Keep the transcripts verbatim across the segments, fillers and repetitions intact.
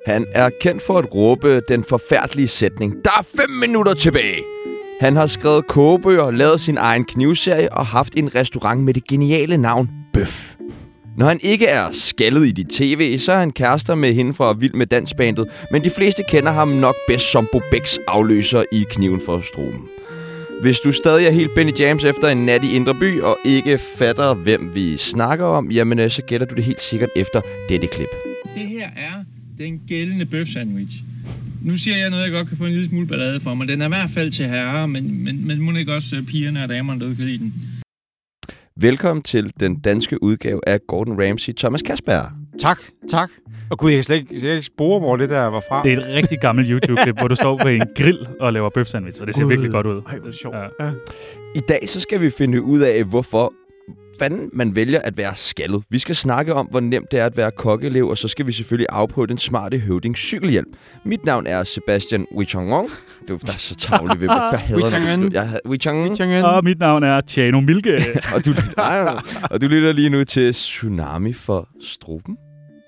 Han er kendt for at råbe den forfærdelige sætning, der er fem minutter tilbage. Han har skrevet kogebøger, lavet sin egen knivserie og haft en restaurant med det geniale navn Bøf. Når han ikke er skaldet i dit tv, så er han kærester med hende fra Vild med Dansbandet, men de fleste kender ham nok bedst som Bo Bæks afløser i Kniven for Struben. Hvis du stadig er helt Benny James efter en nat i Indre By og ikke fatter, hvem vi snakker om, jamen så gætter du det helt sikkert efter dette klip. Det her er den gældende bøf-sandwich. Nu siger jeg noget, jeg godt kan få en lille smule ballade for mig. Den er i hvert fald til herrer, men, men, men må ikke også pigerne og damerne, der kan lide den. Velkommen til den danske udgave af Gordon Ramsay, Thomas Kastberg. Tak, tak. Og gud, jeg kan slet ikke, jeg kan ikke spore, hvor det der var fra. Det er et rigtig gammelt YouTube-klip, hvor du står på en grill og laver bøf-sandwich, og det ser Gud. virkelig godt ud. Ej, hvor sjovt. Ja. Ja. I dag så skal vi finde ud af, hvorfor fanden man vælger at være skaldet. Vi skal snakke om, hvor nemt det er at være kokkeelev, og så skal vi selvfølgelig afprøve den smarte høvding cykelhjelm. Mit navn er Sebastian Wichongong. Du er så tavlig ved, hvorfor hader du? Jeg Wichongong. Og mit navn er Tjano Milke. og, du, og du lytter lige nu til Tsunami for Struben.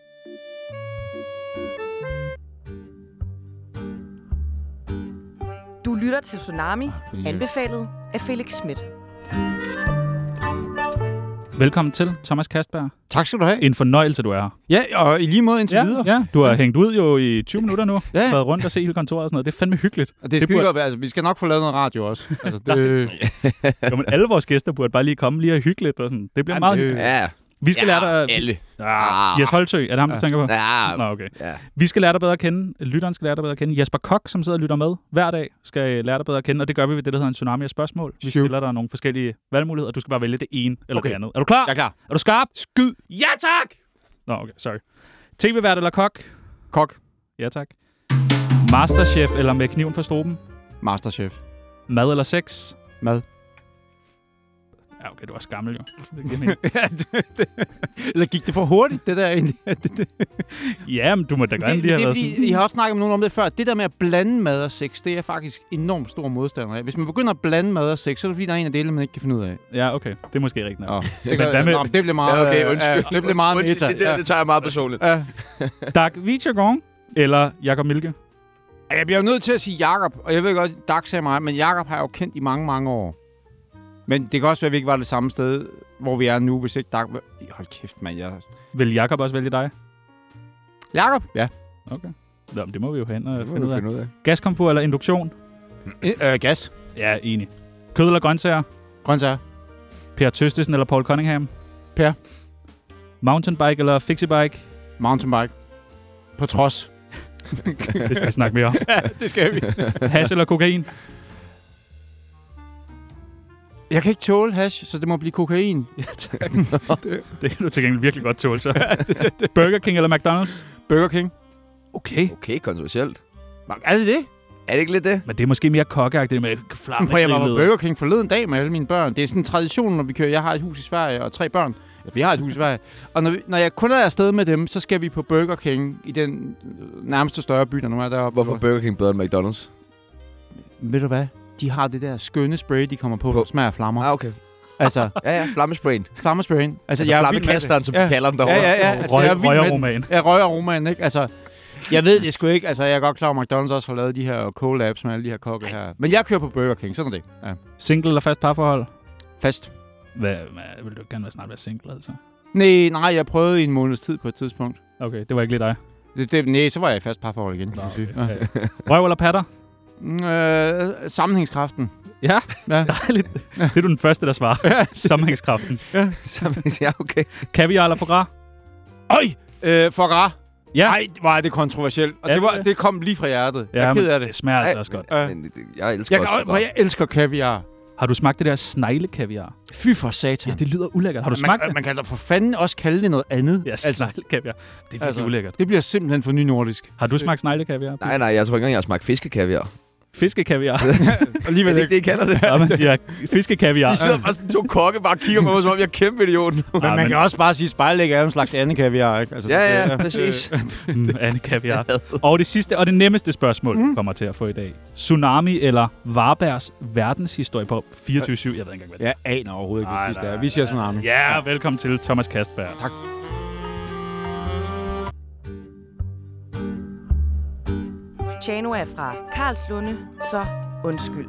Du lytter til Tsunami, anbefalet af Felix Schmidt. Velkommen til, Thomas Kastberg. Tak skal du have. En fornøjelse, du er her. Ja, og i lige måde indtil ja, videre. Ja, du har ja. hængt ud jo i tyve minutter nu. Ja. Været rundt og se hele kontoret og sådan noget. Det er fandme hyggeligt. Og det er skide godt. Altså, vi skal nok få lavet noget radio også. Altså, det... jo, men alle vores gæster burde bare lige komme lige og hygge lidt og sådan. Det bliver ja, meget hyggeligt. Ja. Vi skal ja, lære dig... alle. Ah, Jes Holtsø, er det ham, du ja. tænker på? Ja. Nå, okay. Ja. Vi skal lære dig bedre at kende. Lytteren skal lære dig bedre at kende. Jesper Kok, som sidder og lytter med hver dag, skal lære dig bedre at kende. Og det gør vi ved det, der hedder en tsunami af spørgsmål. Vi Shoot. stiller dig nogle forskellige valgmuligheder, og du skal bare vælge det ene eller Okay. det andet. Er du klar? Jeg er klar. Er du skarp? Skyd. Ja, tak! Nå, okay, sorry. T V-vært eller kok? Kok. Ja, tak. Masterchef eller med kniven for struben? Masterchef. Mad eller sex? Mad. Ja, okay, du var skammel jo. Det giver mening. Ja, det, det. Eller gik det for hurtigt, det der egentlig? Ja, men du må da gerne Det, lige have det er været fordi, sådan. I har også snakket med nogen om det før. Det der med at blande mad og sex, det er faktisk enormt stor modstander af. Hvis man begynder at blande mad og sex, så er det fordi, der er en af delene, man ikke kan finde ud af. Ja, okay. Det er måske rigtigt nok. Oh, Men hvad med- Nå, det bliver meget, Ja, okay, undskyld. øh, det bliver meget Undskyld, meta. Det, det, det tager jeg meget personligt. Ja. Dag Wichongong eller Jakob Milke? Jeg bliver jo nødt til at sige Jakob, og jeg ved godt, Dag sagde mig, men Jakob har jeg jo kendt i mange, mange år. Men det kan også være, at vi ikke var det samme sted, hvor vi er nu, hvis ikke Dag... Hold kæft, mand. Jeg... Vil Jakob også vælge dig? Jakob? Ja. Okay. Nå, men det må vi jo hen og Det må finde ud du af. finde ud af. Gaskomfur eller induktion? Øh, øh, gas. Ja, enig. Kød eller grøntsager? Grøntsager. Per Tøstesen eller Paul Cunningham? Per. Mountainbike eller fixie-bike? Mountainbike. På trods. Det skal vi snakke mere om. Ja, det skal vi. Hash eller kokain? Jeg kan ikke tåle hash, så det må blive kokain. Ja, tak. det, det kan du til gengæld virkelig godt tåle, så. Burger King eller McDonald's? Burger King. Okay. Okay, kontroversielt. Er det det? Er det ikke lidt det? Men det er måske mere kokkeagtigt med et flamme. Prøv, jeg var på Burger King forleden dag med alle mine børn. Det er sådan en tradition, når vi kører. Jeg har et hus i Sverige og tre børn. Ja, vi har et hus i Sverige. Og når, vi, når jeg kun er afsted med dem, så skal vi på Burger King i den nærmeste større by, der nu er deroppe. Hvorfor Burger King bedre end McDonald's? Ved du hvad? De har det der skønne spray, de kommer på, På- der smager af flammer. Ah, okay. Altså, Ja, ja, flammesprayen. flammesprayen. Altså, Altså jeg er vild med flammekasteren, det. som ja. kalder den Ja, derovre. ja, ja. Altså, jeg er Røg, vild med den. røgaromaen. Ja, røgaromaen, ikke? Altså, jeg ved det sgu ikke. Altså, jeg er godt klar, at McDonald's også har lavet de her collabs med alle de her kokke her. Men jeg kører på Burger King, sådan er det. Ja. Single eller fast parforhold? Fast. Hvad, hvad, vil du gerne være snart være single, altså? Nej, nej, jeg prøvede i en måneds tid på et tidspunkt. Okay, det var ikke lige dig. Det, det, nej, så var jeg i fast parforhold igen. Nå, Kan okay. okay. Ja. Røv eller patter? Ja. Øh, sammenhængskraften. Ja, Ja. dejligt. Det er du den første, der svarer. Sammenhængskraften. Ja, okay. Kaviar eller foie gras? Øj! Øh, foie gras. Ja. Nej, var det kontroversielt. Og Ja, det, var, det- det kom lige fra hjertet. Ja, jeg er ked men af det. Det smager altså Ej, også godt. Ja. Men, men, jeg elsker Jeg, også kan, foie og gras. jeg elsker kaviar. Har du smagt det der sneglekaviar? Fy for satan. Ja, det lyder ulækkert. Har du man, smagt det? Man kan da for fanden også kalde det noget andet. Ja, altså, sneglekaviar. Det er virkelig Altså, ulækkert. det bliver simpelthen for nynordisk. Har du smagt sneglekaviar? Nej, nej, jeg tror ikke engang, jeg har smagt fiskekaviar. Fiskekaviar. Alligevel Er det ikke det, I kalder det? Ja, man siger fiskekaviar. De sidder bare sådan to kokke, bare kigger på mig, som om jeg er kæmpe idiot. Men Ja, man men- kan også bare sige, at spejlæg er jo en slags anden kaviar, ikke? Altså, Ja, det- ja, præcis. Mm, Anne kaviar. Og det sidste og det nemmeste spørgsmål, mm. kommer til at få i dag. Tsunami eller Varbergs verdenshistorie på fireogtyve syv? Jeg ved ikke engang, hvad det Jeg aner overhovedet ikke, hvad Nej, det sidste nej, er. Vi siger tsunami. Ja, velkommen til Thomas Kastberg. Tak. Tjano er fra Karlslunde, så undskyld.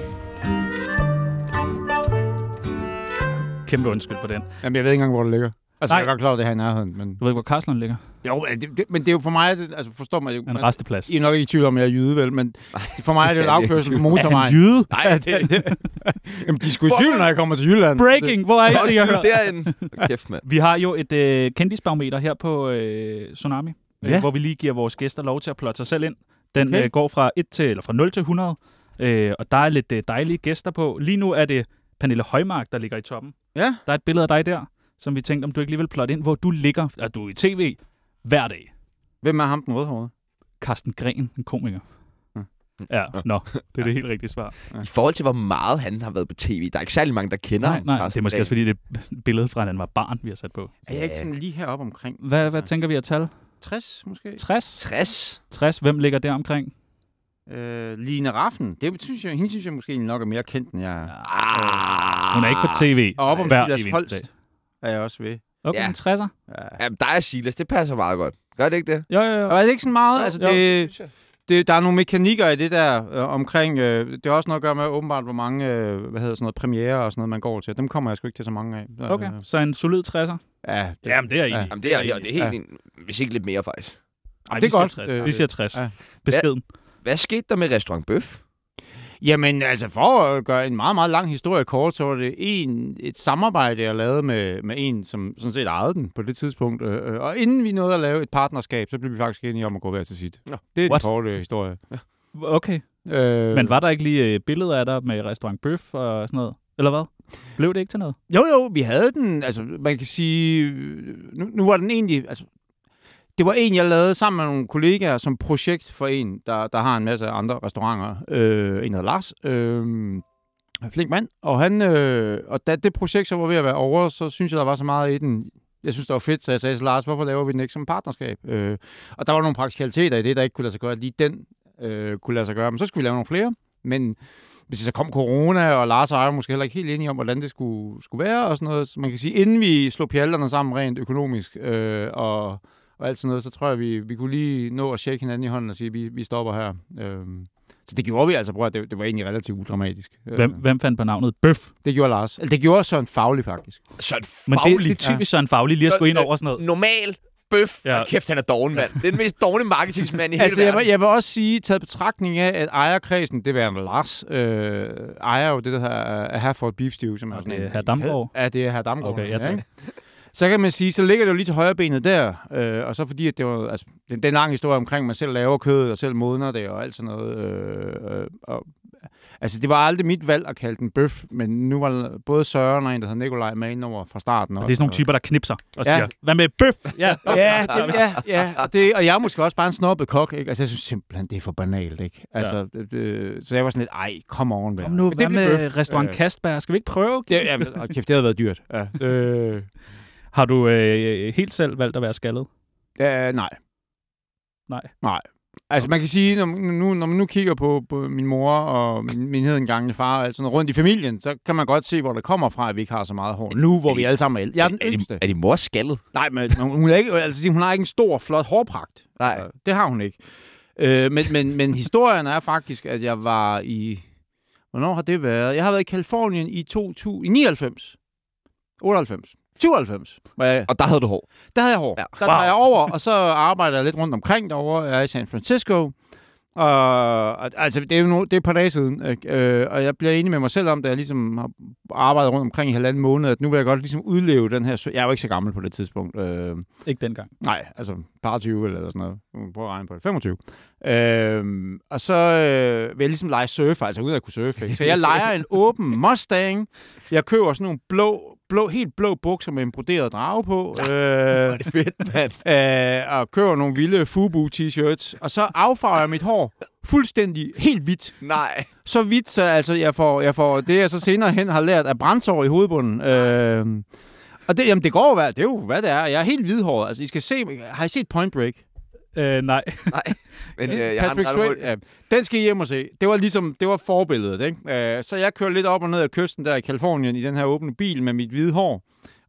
Kæmpe undskyld på den. Jamen, jeg ved ikke engang, hvor det ligger. Altså, Nej. jeg er godt klar, at det her i nærheden, men... Du ved ikke, hvor Karlslund ligger? Jo, det, det, men det er jo for mig, det, altså forstår mig... En man, resteplads. I er nok ikke i tvivl om, at jeg er jyde, vel, men for mig er det jo afkørsel på Er motorvejen. han jyde? Nej, det, det, Jamen, de skulle i tvivl, når jeg kommer til Jylland. Breaking! Hvor er I sikkert hørt? derinde. Kæft, mand. Vi har jo et øh, kendisbarometer her på øh, Tsunami, Ja. øh, hvor vi lige giver vores gæster lov til at plotte sig selv ind. Den Okay. øh, går fra et til eller fra nul til hundrede, øh, og der er lidt øh, dejlige gæster på. Lige nu er det Pernille Højmark, der ligger i toppen. Ja. Der er et billede af dig der, som vi tænkte, om du ikke lige vil plotte ind, hvor du ligger, at du er i tv hver dag. Hvem er ham den rødhårede? Carsten Gren, en komiker. Hmm. Ja, nå, det er det helt rigtige svar. I forhold til, hvor meget han har været på tv, der er ikke særlig mange, der kender Nej, ham. nej, det Carsten er måske Gren. også fordi, det er billedet fra, at han var barn, vi har sat på. Er jeg ikke sådan lige heroppe omkring? Hvad, hvad tænker vi at tal? tres, måske? tres? tres. tres, hvem ligger der omkring? Øh, Line Raffen. Det synes jeg, hende synes jeg måske nok er mere kendt, end jeg er. Ah. Hun er ikke på tv Og op om hver Silas eneste Holst dag. er jeg også ved. Okay, Ja. en tresser. Ja. Jamen, der er Silas. Det passer meget godt. Gør det ikke det? Jo, jo, jo. Og er det ikke sådan meget? Altså, Jo. det, det, der er nogle mekanikker i det der øh, omkring... Øh, det har også noget at gøre med, åbenbart, hvor mange øh, hvad hedder sådan noget, premiere og sådan noget, man går til. Dem kommer jeg sgu ikke til så mange af. Så, Okay, øh, så en solid tresser. ja, det, Jamen, det er jeg enig i. Jamen, det er, ja, det er helt Ja. en, hvis ikke lidt mere, faktisk. Ej, det er vi siger godt. tres. Øh, Vi siger tres. ja. Beskeden. Hvad skete der med Restaurant Bøf? Jamen, altså for at gøre en meget, meget lang historie kort, så var det en, et samarbejde, jeg lavede med, med en, som sådan set ejede den på det tidspunkt. Øh, og inden vi nåede at lave et partnerskab, så blev vi faktisk enige om at gå hver til sit. Nå, det er what? den korte historie. Okay. Øh, Men var der ikke lige øh, billeder af dig med Restaurant Bøf og sådan noget? Eller hvad? Blev det ikke til noget? Jo, jo, vi havde den. Altså, man kan sige... Nu, nu var den egentlig... Altså, det var en, jeg lavede sammen med nogle kollegaer som projekt for en, der, der har en masse andre restauranter. Øh, en hedder Lars. Øh, flink mand. Og, han, øh, og da det projekt så var ved at være over, så synes jeg, der var så meget i den. Jeg synes, det var fedt, så jeg sagde til Lars, hvorfor laver vi den ikke som partnerskab? Øh, og der var nogle praktikaliteter i det, der ikke kunne lade sig gøre. Lige den øh, kunne lade sig gøre. Men så skulle vi lave nogle flere. Men hvis så kom corona, og Lars og jeg var måske heller ikke helt enige om, hvordan det skulle, skulle være og sådan noget. Så man kan sige, inden vi slog pjalterne sammen rent økonomisk øh, og, og alt sådan noget, så tror jeg, vi, vi kunne lige nå at shake hinanden i hånden og sige, at vi, vi stopper her. Øh, så det gjorde vi altså, bror. Det, det var egentlig relativt udramatisk. Hvem, hvem fandt på navnet Bøf? Det gjorde Lars. Eller det gjorde Søren Faglig, faktisk. Søren Men det, Faglig. det er typisk Søren Faglig lige at skulle ind over sådan noget. Normal Bøf. Ja. Ja. Kæft, han er doven, mand. Det er den mest dovne marketingsmand i hele Altså, jeg, verden. vil- jeg vil også sige, taget betragtning af, at ejerkredsen, det var Lars, øh, ejer jo det, der hedder uh, Herford Beef Stew, som er Og sådan det er en- herr Damgaard? Ja, det er herr Damgaard. Okay, ja, tak. ikke? Så kan man sige, så ligger det jo lige til højre benet der, øh, og så fordi, at det var, altså, det, det er en lang historie omkring, at man selv laver kød, og selv modner det, og alt sådan noget. Øh, øh, og, altså, det var aldrig mit valg at kalde den bøf, men nu var både Søren og en, der hedder Nikolaj, med ind over fra starten. Og det er sådan nogle typer, der knipser og Ja. siger, hvad med Bøf? Ja, Ja, det, ja, ja. Og, det, og jeg er måske også bare en snobbet kok, ikke? Altså, jeg synes simpelthen, det er for banalt, ikke? Altså, ja. det, det, så jeg var sådan lidt, ej, come on, Kom nu, det hvad blev med bøf. Restaurant Øh, Kastberg? Skal vi ikke prøve? Det, jamen, og kæft, det havde været dyrt. Ja. Øh, Har du øh, helt selv valgt at være skaldet? øh, nej. Nej. Nej. Altså, man kan sige, når, nu, når man nu kigger på, på min mor og min, min hedengangne far og alt sådan noget rundt i familien, så kan man godt se, hvor det kommer fra, at vi ikke har så meget hår. Nu, hvor vi alle sammen er ældre. Jeg er den Er de, yngste. er de mor skaldet? Nej, men hun, er ikke, altså, hun har ikke en stor, flot hårpragt. Nej. Altså, det har hun ikke. Øh, men, men, men historien er faktisk, at jeg var i... Hvornår har det været? Jeg har været i Kalifornien i, to tusind, i nioghalvfems. otteoghalvfems. syvoghalvfems. Var jeg, Og der havde du hår. der havde jeg hår. Ja. Der tager jeg over, og så arbejder jeg lidt rundt omkring derovre. Jeg er i San Francisco. Og, og altså, det er jo no, det er et par dage siden, ikke? Øh, og jeg bliver enig med mig selv om, da jeg ligesom har arbejdet rundt omkring i halvanden måned, at nu vil jeg godt ligesom udleve den her... Jeg er jo ikke så gammel på det tidspunkt. Øh, Ikke dengang. Nej, altså par tyve eller sådan noget. Prøv at regne på det. femogtyve. Øhm, og så øh, vil jeg ligesom lege surfer, altså uden at kunne surfe. Ikke? Så jeg leger en åben Mustang. Jeg køber sådan nogle blå, blå, helt blå bukser med en broderet drage på. Øh, Det er fedt, mand. øh, og køber nogle vilde Fubu t-shirts. Og så affarver jeg mit hår fuldstændig helt hvidt. Nej. Så hvidt, så altså, jeg får, jeg får det, jeg så senere hen har lært af brændsår i hovedbunden. Øh, og det, jamen, det går jo, hvad, det er jo, hvad det er. Jeg er helt hvidhåret. Altså, I skal se, har I set Point Break? Øh, nej. Nej. Men øh, jeg har Patrick en Swayze, ja, den skal I hjem og se. Det var ligesom, det var forbilledet, ikke? Uh, så jeg kører lidt op og ned af kysten der i Kalifornien i den her åbne bil med mit hvide hår.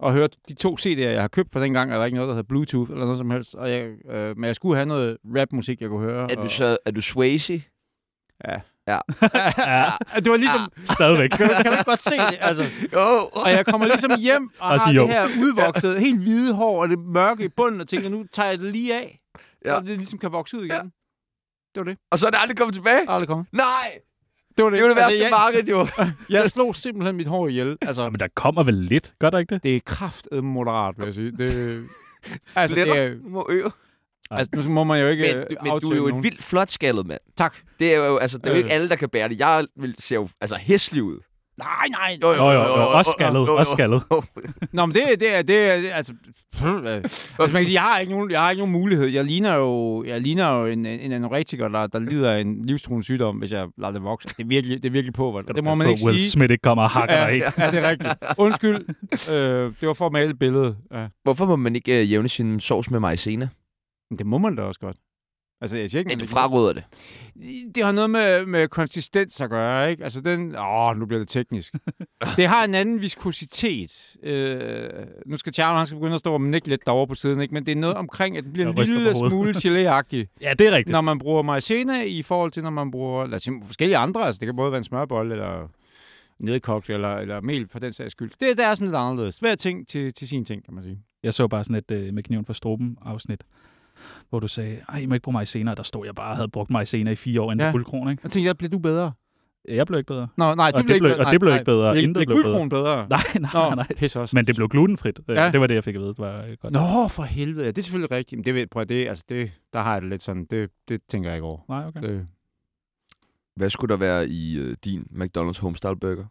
og hørte de to C D'er, jeg har købt, for dengang er der ikke noget, der hedder Bluetooth eller noget som helst. Og jeg, øh, men jeg skulle have noget rap-musik, jeg kunne høre. Er og... du, så, er du Swayze? Ja. Ja. Ja. Det var ligesom... Stadigvæk. Kan du, kan du ikke godt se det? Altså. Jo. Og jeg kommer ligesom hjem og, Og har sige det jo. her udvoksede, helt hvide hår og det mørke i bunden, og tænker, nu tager jeg det lige af. Ja. Og det ligesom kan vokse ud igen. Ja. Det var det. Og så er det aldrig kommet tilbage? Aldrig kommet. Nej! Det var det. Det er jo det værste jeg, marked, jo. jeg slog simpelthen mit hår ihjel. Altså, Men der kommer vel lidt, gør der ikke det? det er kraftedeme moderat, vil jeg sige. Det, altså, det Letter. er, Du må øve. altså, nu må man jo ikke Men, du, men du er jo nogen. et vildt flot skaldet mand. Tak. Det er jo, altså, det er jo Øh. ikke alle, der kan bære det. Jeg vil, ser jo altså hæslig ud. Nej, nej. Jo, Jo, jo, jo. Også skaldet. Også skaldet. Nå, men det, det er, det er, det er altså... altså man kan sige, jeg har ikke nogen, jeg har ikke nogen mulighed. Jeg ligner jo, jeg ligner jo en, en anorektiker, der, der lider af en livstruende sygdom, hvis jeg lader det vokse. Det er virkelig, det er virkelig på, hvad det må man ikke Will sige. Smith ikke kommer og hakker Ja, dig ikke. ja, det er rigtigt. Undskyld. Øh, det var for at male et billede. Ja. Hvorfor må man ikke uh, jævne sin sovs med maizena? Men det må man da også godt. Altså, jeg siger ikke, Men man du fraråder det. Det har noget med, med konsistens at gøre, ikke? Altså den... Åh, nu bliver det teknisk. Det har en anden viskositet. Øh, nu skal Tjerno, han skal begynde at stå og nikke lidt derovre på siden, ikke? Men det er noget omkring, at det bliver Jeg en ryster lille på hovedet. smule gelé-agtigt, Ja, det er rigtigt. når man bruger maizena i forhold til, når man bruger... Lad os sige, forskellige andre, altså det kan både være en smørbold, eller nedkogt, eller, eller mel for den sags skyld. Det, det er sådan lidt anderledes. Hver ting til, til sin ting, kan man sige. Jeg så bare sådan et øh, med kniven for struben afsnit, hvor du sagde, ej, I må ikke bruge mig senere. Der stod jeg bare og havde brugt mig senere i fire år inden Ja. ja. guldkron, ikke? Jeg tænkte, jeg bliver du bedre? Jeg blev ikke bedre. Nå, nej, Og det det blev ikke blev- bedre. og det blev Nej, ikke bedre. nej. Intet Blev blev bedre. guldkron bedre? Nej, nej, Nå, nej. pis også. Men det blev glutenfrit. Ja. Ja. Det var det, jeg fik at vide. Det var øh, godt. Nå, for helvede. Ja, det er selvfølgelig rigtigt. Men det ved, prøv at det, altså det, der har jeg det lidt sådan, det, det tænker jeg ikke over. Nej, okay. Det, Hvad skulle der være i uh, din McDonald's Homestyle Burger?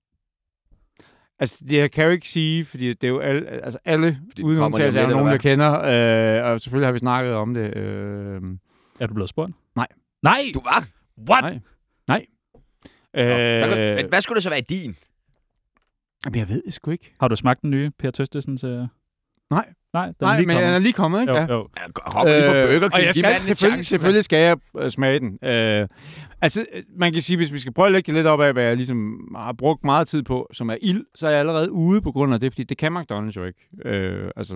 altså, det jeg kan jeg jo ikke sige, fordi det er jo alle, altså alle Fordi uden kommer undtagelse lige er om jo lidt, nogen, jeg eller kender, øh, og selvfølgelig har vi snakket om det. Øh, Er du blevet spurgt? Nej. Nej! Du var? What? nej. Nej. Nå, hvad, Øh, men hvad skulle der så være i din? jamen, jeg ved det sgu ikke. Har du smagt den nye Per Tøstesens? Øh... Nej. Nej, den Nej, er lige men kommet. den er lige kommet, ikke? Jo, Ja. jo. Hop lige på Burger King. og jeg Giv skal, manden en selvfølgelig, chance, selvfølgelig skal jeg øh, smage den. Øh, altså, øh, man kan sige, hvis vi skal prøve at lægge det lidt op af, hvad jeg ligesom har brugt meget tid på, som er ild, så er jeg allerede ude på grund af det, fordi det kan McDonald's jo ikke. Øh, altså,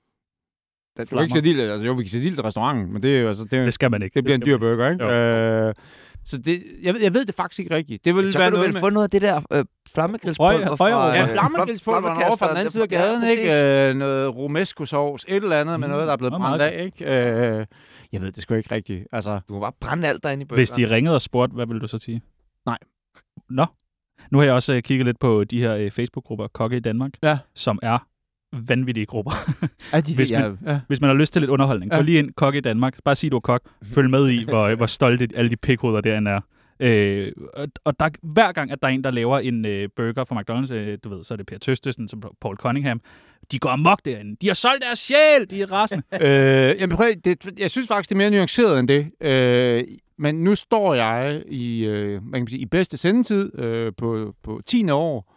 der, du kan ikke sætte ild, altså jo, vi kan sætte ild til restauranten, men det, er jo, altså, det, er, Det skal man ikke. det bliver en skal dyr man burger, ikke? Øh, så det, jeg, ved- jeg ved det faktisk ikke rigtigt. Det vil Så være kan du noget vel med... få noget af det der øh, flammegrillspulver Høj- fra... højere- Ja, øh, flammegrillspulver over fra den anden side af gaden, ja, ikke? Øh, noget romesco-sovs, et eller andet med Mm, noget, der er blevet det var brændt meget af, ikke? Øh, jeg ved det sgu ikke rigtigt. Altså, Du må bare brænde alt derinde i burgeren. Hvis de ringede og spurgte, hvad ville du så sige? Nej. Nå. Nu har jeg også uh, kigget lidt på de her uh, Facebook-grupper, Kokke i Danmark, Ja. som er vanvittige grupper. er de, Hvis ja, ja. Hvis man har lyst til lidt underholdning, Ja. gå lige ind, Kokke i Danmark. Bare sig, du er kok. Følg med i, hvor, hvor stolte alle de pikhoveder derinde er. Øh, og og der, hver gang, at der er en, der laver en øh, burger fra McDonald's, øh, du ved, så er det Per Tøstesen, som Paul Cunningham, de går amok derinde. De har solgt deres sjæl, de er rasende. øh, jamen, prøv, det, jeg synes faktisk, det er mere nuanceret end det. Øh, men nu står jeg i, øh, man kan sige, i bedste sendetid øh, på, på tiende år,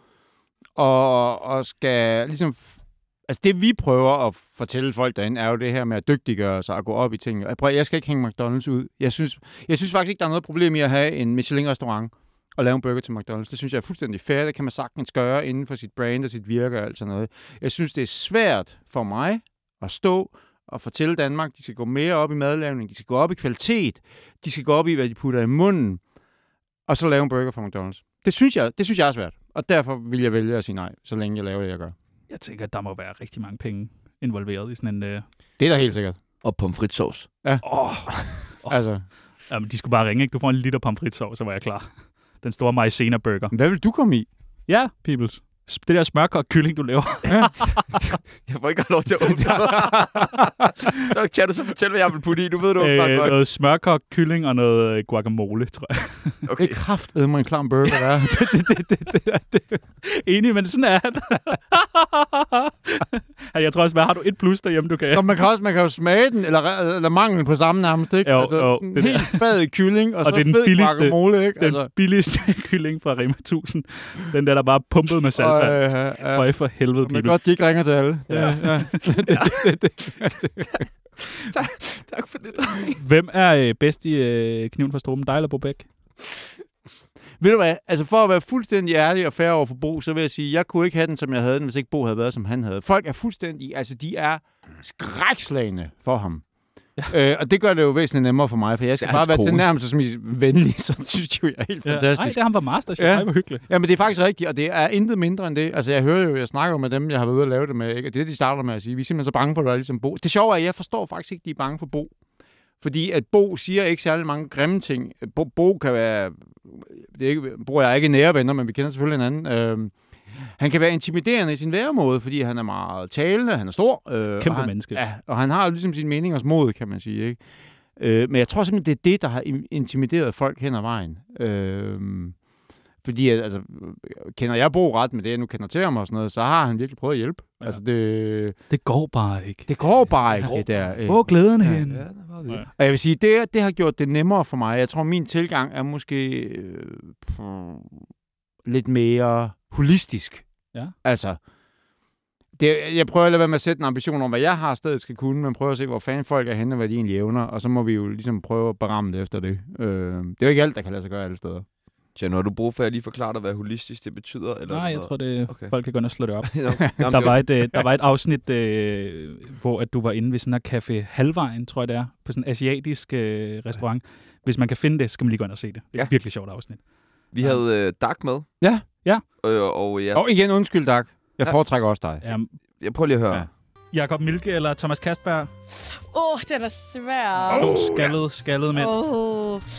og, og skal ligesom... Altså det, vi prøver at fortælle folk derinde, er jo det her med at dygtiggøre sig og gå op i ting. Jeg, prøver, jeg skal ikke hænge McDonald's ud. Jeg synes, jeg synes faktisk ikke, der er noget problem i at have en Michelin-restaurant og lave en burger til McDonald's. Det synes jeg er fuldstændig fair. Det kan man sagtens gøre inden for sit brand og sit virke og alt sådan noget. Jeg synes, det er svært for mig at stå og fortælle Danmark, de skal gå mere op i madlavning, de skal gå op i kvalitet, de skal gå op i, hvad de putter i munden, og så lave en burger fra McDonald's. Det synes jeg, det synes jeg er svært. Og derfor vil jeg vælge at sige nej, så længe jeg laver det, jeg gør. Jeg tænker, at der må være rigtig mange penge involveret i sådan en... Øh... Det er da helt sikkert. Og pomfritsauce. Ja. Oh. Oh. Altså, Jamen, de skulle bare ringe, ikke? Du får en liter pomfritsauce, så var jeg klar. Den store maizena burger. hvad vil du komme i? Ja, peoples. Det der smørkogt kylling, du laver. Jeg får ikke have lov til at åbne. Så kan du så fortælle, hvad jeg vil putte i. Du ved du øh, bare godt. noget smørkogt kylling og noget øh, guacamole, tror jeg. Okay. Det er kraftedme en klam burger, der er. det, det, det, det, det, det. Enig, men sådan er han. Jeg tror også, hvad har du et plus derhjemme, du kan? Nå, man kan også man kan jo smage den, eller, eller manglen på samme nærmest, ikke? Jo, altså, jo, en det helt fad kylling, og, Og så det er den fed billigste- guacamole, ikke? Den Altså, billigste kylling fra Rema tusind. Den der, der bare er pumpet med saltvand. og, øh, ja. Øj, for helvede, Men people. godt, de ikke ringer til alle. Ja. Ja. det, det, det. Tak for det. Hvem er øh, bedst i øh, kniven for struben? Dig eller Bobæk? Ved du hvad? Altså for at være fuldstændig ærlig og fair over for Bo, så vil jeg sige, at jeg kunne ikke have den, som jeg havde den, hvis ikke Bo havde været, som han havde. Folk er fuldstændig, altså de er skrækslagende for ham. Ja. Øh, og det gør det jo væsentligt nemmere for mig, for jeg skal bare være tilnærmelsesvis venlig, så synes de jo, jeg er helt ja. fantastisk. Nej, det er ham var masterchef. Ja. Nej, hvor hyggeligt. Ja, men det er faktisk rigtigt, og det er intet mindre end det. Altså jeg hører jo, jeg snakker jo med dem, jeg har været ude at lave det med, ikke? Og det er det, de starter med at sige. Vi er simpelthen så bange for, at du er ligesom Bo. Det sjove er, at jeg forstår faktisk ikke, at de er bange for Bo. Fordi at Bo siger ikke særlig mange grimme ting. Bo, Bo kan være... Det er ikke, Bo og jeg er ikke nære venner, men vi kender selvfølgelig hinanden. Øh, han kan være intimiderende i sin væremåde, fordi han er meget talende, han er stor. Øh, Kæmpe han, menneske. Ja, og han har jo ligesom sin meningers mod, kan man sige. Ikke? Øh, men jeg tror simpelthen, det er det, der har intimideret folk hen ad vejen. Øh, fordi, altså, kender jeg Bo ret med det, jeg nu kender til ham og sådan noget, så har han virkelig prøvet at hjælpe. Ja. Altså, det, det går bare ikke. Det går bare ikke, det der. Hvor er glæden ja, hen? Ja, det var det. Og jeg vil sige, det, det har gjort det nemmere for mig. Jeg tror, min tilgang er måske øh, lidt mere holistisk. Ja. Altså, det, jeg prøver at lade være med at sætte en ambition om, hvad jeg har stedet skal kunne, men prøver at se, hvor fanden folk er henne, og hvad de egentlig evner, og så må vi jo ligesom prøve at beramme det efter det. Øh, det er jo ikke alt, der kan lade sig gøre alle steder. Tjano, har du brug for, at jeg lige forklarer dig, hvad holistisk det betyder? Eller Nej, jeg tror, det okay. Folk kan gå ind og slå det op. Jamen, der, var et, øh, der var et afsnit, øh, hvor at du var inde ved sådan en café Halvvejen, tror jeg det er, på sådan en asiatisk øh, restaurant. Hvis man kan finde det, så skal man lige gå ind og se det. Det er ja. et virkelig sjovt afsnit. Vi havde øh, Dag med. Ja. Ja. Øh, og, ja. og igen, undskyld, Dag. Jeg ja. foretrækker også dig. Ja. Jeg prøver lige at høre. Ja. Jakob Milke eller Thomas Kastberg? Åh, oh, den er svær. To skaldede, skaldede mænd. Åh. Oh.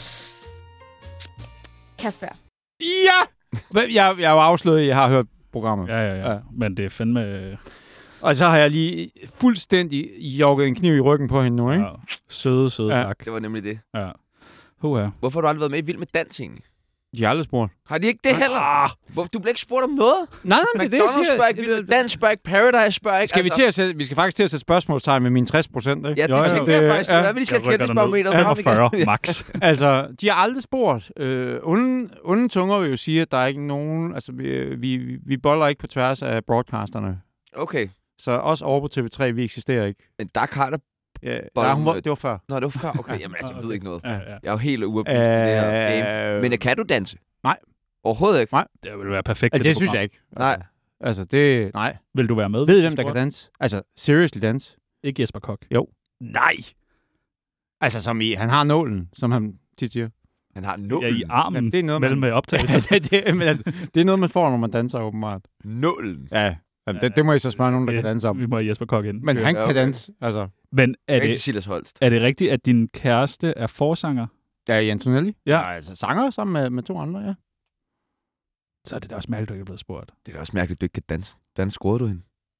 Kastberg. Ja! Jeg, jeg er jo afsløret, at jeg har hørt programmet. Ja, ja, ja, ja. Men det er fandme... Og så har jeg lige fuldstændig jogget en kniv i ryggen på hende nu, ikke? Ja. Søde, søde ja. Dag. Det var nemlig det. Ja. Huh, Hvorfor har du aldrig været med i Vild med Dans, egentlig? De har aldrig spurgt. Har de ikke det heller? Ah. Hvorfor, du bliver ikke spurgt om noget? Nej, nej, men det er det, jeg siger. Spørg ikke, Vild med Dans spørg ikke, Paradise spørg ikke. Skal altså. vi, til at sætte, vi skal faktisk til at sætte spørgsmålstegn med mine tres procent, ikke? Ja, det tænker jeg faktisk. Ja. Hvad vil de skal kende barometeret for ham igen? femogfyrre, max. Altså, de har aldrig spurgt. Øh, onde, onde tunger vil jo sige, at der er ikke nogen... Altså, vi, vi, vi boller ikke på tværs af broadcasterne. Okay. Så også over på T V tre, vi eksisterer ikke. Men der har der... Ja, der, hun var, det var før. Nå, det var før. Okay, jamen altså, jeg ved ikke noget. Ja, ja. Jeg er jo helt uoplyst i det her game. Men kan du danse? Nej. Overhovedet ikke? Nej. Det ville være perfekt. Altså, det, det synes jeg ikke. Nej. Altså, det... Nej. Vil du være med? Ved hvem, der kan danse? Altså, seriously dans? Ikke Jesper Kok. Jo. Nej! Altså, som i... Han har nålen, som han tit siger. Han har nålen? Ja, i armen. Jamen, det er noget, mellem man... optagelser. det, det, men, altså, det er noget, man får, når man danser, åbenbart. Nålen? Ja. Jamen, det, det må I så spørge nogen, der ja, kan danse om. Vi må have Jesper Kok ind. Men han ja, okay. kan danse, altså. Men er det, er det rigtigt, at din kæreste er forsanger? Ja, i Antonelli. Ja. ja. Altså, sanger sammen med, med to andre, ja. Så er det da også mærkeligt, du ikke er blevet spurgt. Det er da også mærkeligt, at du ikke kan danse. Hvordan scorede du hende?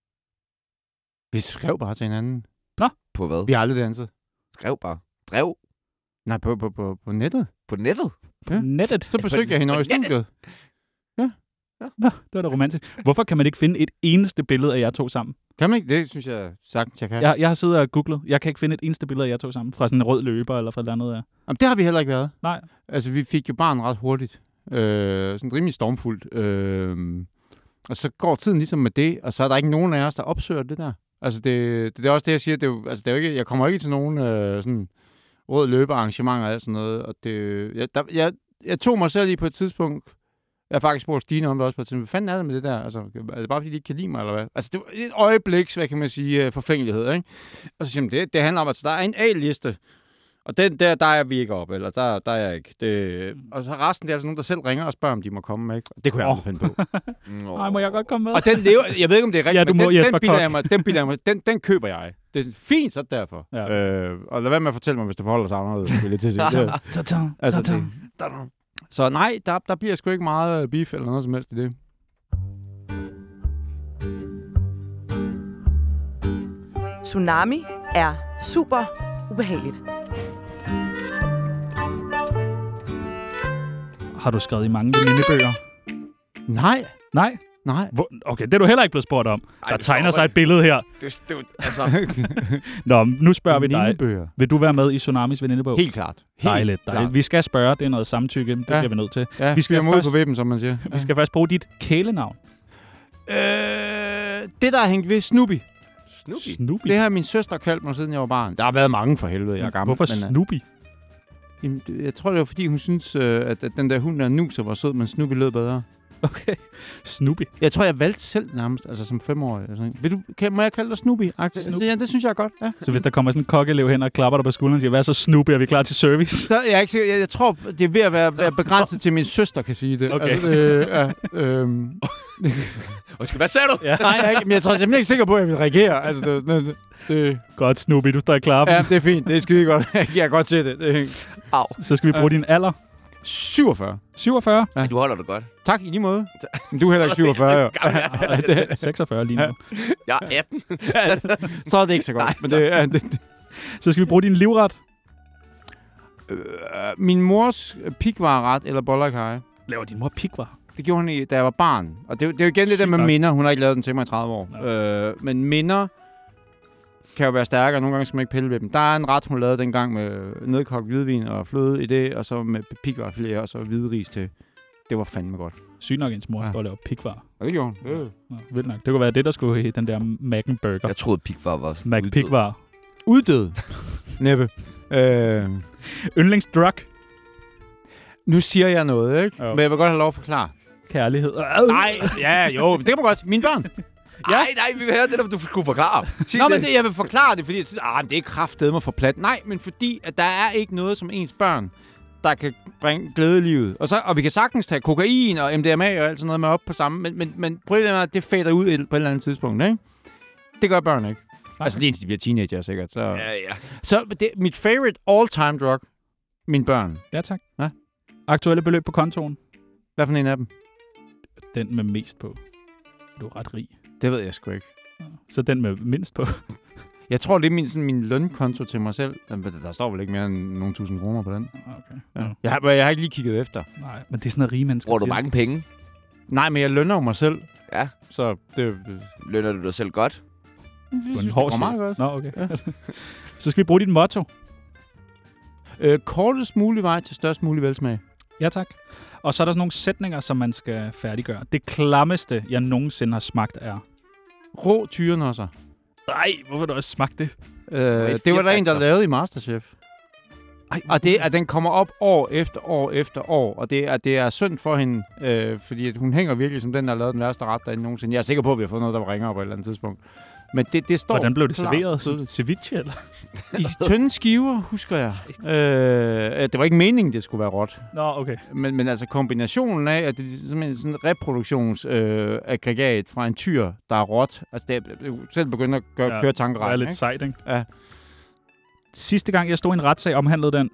Vi skrev bare til hinanden. Nå? På hvad? Vi har aldrig danset. Skrev bare? Brev? Nej, på, på, på, på nettet. På nettet? Ja. Nettet? Så besøgte jeg hende over i studiet. Ja. Ja. Nå, det var da romantisk. Hvorfor kan man ikke finde et eneste billede af jer to sammen? Kan man ikke? Det synes jeg sagtens, jeg kan. Jeg, jeg har siddet og googlet. Jeg kan ikke finde et eneste billede af jer to sammen. Fra sådan en rød løber eller fra et eller andet. Ja. Jamen, det har vi heller ikke været. Nej. Altså, vi fik jo barn ret hurtigt. Øh, sådan rimelig stormfuldt. Øh, og så går tiden ligesom med det, og så er der ikke nogen af os, der opsøger det der. Altså, det, det er også det, jeg siger. Det er jo, altså, det er jo ikke, jeg kommer ikke til nogen øh, sådan rød løbearrangementer og alt sådan noget. Og det, jeg, der, jeg, jeg tog mig selv lige på et tidspunkt. Jeg har faktisk spurgt Stine om det også på et tidspunkt. Hvad fanden er det med det der? Altså, er det bare fordi, de ikke kan lide mig, eller hvad? Altså, det var et øjebliks, hvad kan man sige, forfængelighed, ikke? Og så siger man, det, det handler om, at der er en A-liste. Og den der, der er vi ikke op, eller der, der er jeg ikke. Det, og så resten, det er altså nogen, der selv ringer og spørger, om de må komme, ikke? Det kunne jeg aldrig finde på. Nej, må jeg godt komme med? Og den lever, jeg ved ikke, om det er rigtigt, ja, du men må, den, Jesper den, bilder jeg mig, den, bilder jeg mig, den, den køber jeg. Det er fint, så derfor. Ja. Øh, og lad være med at fortælle mig, hvis det forholder sig anderledes. Lidt til altså, det. Så nej, der, der bliver sgu ikke meget beef eller noget som helst i det. Tsunami er super ubehageligt. Har du skrevet i mange venindebøger? Nej. Nej? Nej. Hvor, okay, det er du heller ikke blevet spurgt om. Ej, der tegner sig et billede her. Det, det, altså. Nå, nu spørger vi dig. Vil du være med i Tsunamis venindebog? Helt klart. Helt dejligt, dejligt. Klart. Vi skal spørge, det er noget samtykke, det ja. bliver vi nødt til. Ja, vi skal mod først, på vippen, som man siger. Vi skal først bruge dit kælenavn. Øh, det, der er hængt ved, Snoopy. Snoopy? Snoopy? Det har min søster kaldt mig, siden jeg var barn. Der har været mange for helvede, jeg er gammel. Hvorfor men, Snoopy? Jamen, det- jeg tror, det var, fordi hun synes, øh, at, at den der hund der nuser var sød, men Snoopy lød bedre. Okay. Snoopy. Jeg tror, jeg valgte selv nærmest, altså som femårig. Altså. Vil du, kan, må jeg kalde dig Snoopy? Snoopy? Ja, det synes jeg er godt, ja. Så hvis der kommer sådan en kokelev hen og klapper dig på skulderen og siger, hvad er så Snoopy, er vi klar til service? Så jeg, er ikke sikker, jeg, jeg tror, det er ved at være, være begrænset til, min søster kan sige det. Okay. Altså, øh, ja, øh, Undskyld, hvad sagde du? Ja. nej, jeg, er ikke- men jeg tror simpelthen ikke sikker på, at jeg vil reagere. Altså, det, det, det, Godt, Snoopy, du står i klappen. ja, det er fint. Det er skide godt. Jeg kan godt se det. det er, Au. Så skal vi bruge din alder. syvogfyrre. syvogfyrre. Ja. Du holder det godt. Tak, i lige måde. Men du er heller ikke syvogfyrre, jo. Nej, det er seksogfyrre lige nu. Jeg er atten. Så er det ikke så godt. Nej, Men det, ja, det, det. Så skal vi bruge din livret. Øh, min mors pikvareret eller boller i kaj. Laver din mor pikvar? Det gjorde hun, i, da jeg var barn. Og det, det er jo igen det der Sygt med nok. minder. Hun har ikke lavet den til mig i tredive år. Nå. Øh, men minder kan jo være stærkere. Nogle gange skal man ikke pille ved dem. Der er en ret, hun lavede dengang med nedkogt hvidvin og fløde i det, og så med pikvarfilet og så hvidris til. Det var fandme godt. Sygt nok, ens mor Ja. står og laver pikvar. Og det gjorde hun. Øh. Nå, vildt nok. Det kunne være det, der skulle i den der Mac'en Burger. Jeg troede, pikvar var sådan Mac uddød. pikvar. Uddød. Næppe. Øh. Yndlingsdrug. Nu siger jeg noget, ikke? Jo. Men jeg vil godt have lov at forklare. Kærlighed. Nej, ja, jo. Det kan man godt. Mine børn. Nej, nej, vi vil høre det, der du skulle forklare. Sig Nå, det. men det, jeg vil forklare det, fordi jeg synes, ah, det er kraftedeme for plat. Nej, men fordi, at der er ikke noget som ens børn, der kan bringe glæde i livet. Og, så, og vi kan sagtens tage kokain og M D M A og alt sådan noget med op på samme, men, men, men problemet er, at det fader ud et, på et eller andet tidspunkt, ikke? Det gør børn ikke. Nej. Altså lige indtil de bliver teenager, sikkert. Så, Ja, ja. så det, mit favorite all-time drug, mine børn. Ja, tak. Ja. Aktuelle beløb på kontoen. Hvad for en af dem? Den med mest på. Du er ret rig. Det ved jeg sgu ikke. Så den med mindst på. Jeg tror, det er min, sådan, min lønkonto til mig selv. Der, der står vel ikke mere end nogle tusind kroner på den. Okay. Ja. Ja. Jeg, har, jeg har ikke lige kigget efter. Nej, men det er sådan noget rige mennesker. Bruger du siger. mange penge? Nej, men jeg lønner jo mig selv. Ja. Så det, det, Lønner du dig selv godt? det Du er en synes, hård det går meget godt. Nå, okay. Ja. Så skal vi bruge dit motto. Øh, kortest mulig vej til størst mulig velsmag. Ja, tak. Og så er der sådan nogle sætninger, som man skal færdiggøre. Det klammeste, jeg nogensinde har smagt, er... Rå tyrenosser. Nej, hvorfor har du også smagt det? Øh, i det var der en, der Fear Factor. lavede i Masterchef. Ej, Og det, at den kommer op år efter år efter år, og det er, det er synd for hende, øh, fordi at hun hænger virkelig som den, der har lavet den værste ret derinde nogensinde. Jeg er sikker på, at vi har fået noget, der var ringere på et eller andet tidspunkt. Men det, det står Hvordan blev det klart serveret? Som tydeligt. ceviche, eller? I tynde skiver, husker jeg. Øh, det var ikke meningen, det skulle være råt. Nå, okay. Men, men altså kombinationen af, at det er simpelthen sådan et reproduktionsaggregat øh, aggregat fra en tyr, der er råt. Altså det er jeg selv begyndt at gøre, Ja, køre Det er tankeretten, lidt ikke? sejt, ikke? Ja. Sidste gang, jeg stod i en retssag, omhandlede den.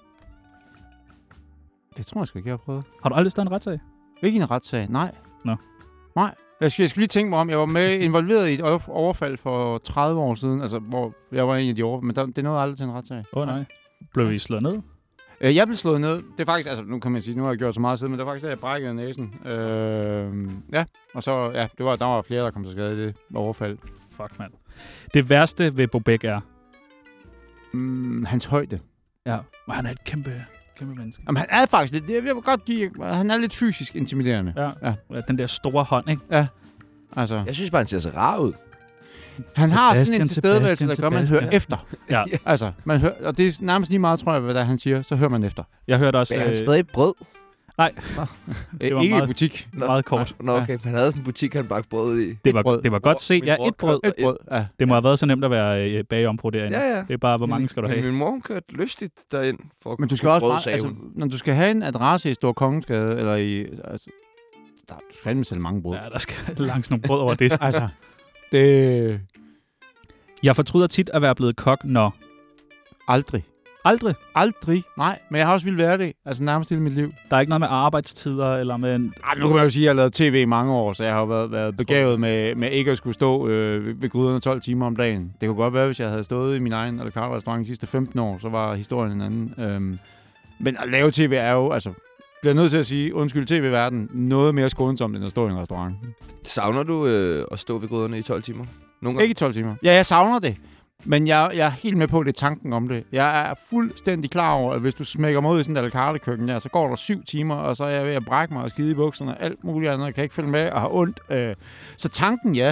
Det tror jeg sgu ikke, jeg har prøvet. Har du aldrig stået i en retssag? Ikke i en retssag, nej. Nå. Nej. Jeg skal, jeg skal lige tænke mig om, jeg var med involveret i et over- overfald for tredive år siden, altså hvor jeg var en af de overfald, men der, det nåede aldrig til en retssag. Åh, oh, nej. Blev vi slået ned? Øh, jeg blev slået ned. Det er faktisk, altså nu kan man sige, nu har jeg gjort så meget siden, men det var faktisk, at jeg brækkede næsen. Øh, ja, og så, ja, det var, der var flere, der kom til skade i det overfald. Fuck, mand. Det værste ved Bobek er... Mm, hans højde. Ja, og han er et kæmpe, kæmpe menneske. Jamen, han er faktisk lidt, jeg vil godt give, han er lidt fysisk intimiderende. Ja. Ja. ja. Den der store hånd, ikke? Altså, Jeg synes bare, han ser så rar ud. han har sådan Sebastian, en tilstedeværelse, Sebastian, der gør, at man Sebastian. hører efter. Ja. Altså, man hører, og det er nærmest lige meget, tror jeg, hvad der er, han siger, så hører man efter. Jeg hørte også... Men er han øh, stadig brød? Øh, var ikke meget- i butik. Nå, meget kort. Nå, okay. Han havde sådan en butik, han bagte brød i. Det var, Et brød. det var godt set. Min Ja, mor et brød. kørte- Et brød, ja. Det må have været så nemt at være øh, bagomfru derinde. Ja, ja. Det er bare, hvor mange skal du Men have? Min mor, hun kørte lystigt derind for at Men du skal købe også brød, bare, sagde altså, hun. når du skal have en adresse i Stor Kongensgade, eller i, altså, der, du skal fandme sælge mange brød. Ja, der skal langs nogle brød over det. Altså, det Jeg fortryder tit at være blevet kok, når... aldrig. Aldrig. Aldrig. Nej, men jeg har også ville være det. Altså nærmest hele mit liv. Der er ikke noget med arbejdstider, eller med... En... Ej, nu kan man jo sige, at jeg har lavet tv i mange år, så jeg har været, været begavet med, med ikke at skulle stå øh, ved- ved gryderne tolv timer om dagen. Det kunne godt være, hvis jeg havde stået i min egen à la carte restaurant de sidste femten år, så var historien en anden. Øhm, men at lave tv er jo, altså, bliver nødt til at sige, undskyld tv-verden, noget mere skånsomt end at stå i en restaurant. Savner du øh, at stå ved gryderne i tolv timer? Nogle gange? Ikke i tolv timer. Ja, jeg savner det. Men jeg, jeg er helt med på, at det er tanken om det. Jeg er fuldstændig klar over, at hvis du smækker mig ud i sådan et à la carte køkken der, så går der syv timer, og så er jeg ved at brække mig og skide i bukserne og alt muligt andet. Jeg kan ikke følge med og har ondt. Øh. Så tanken, ja.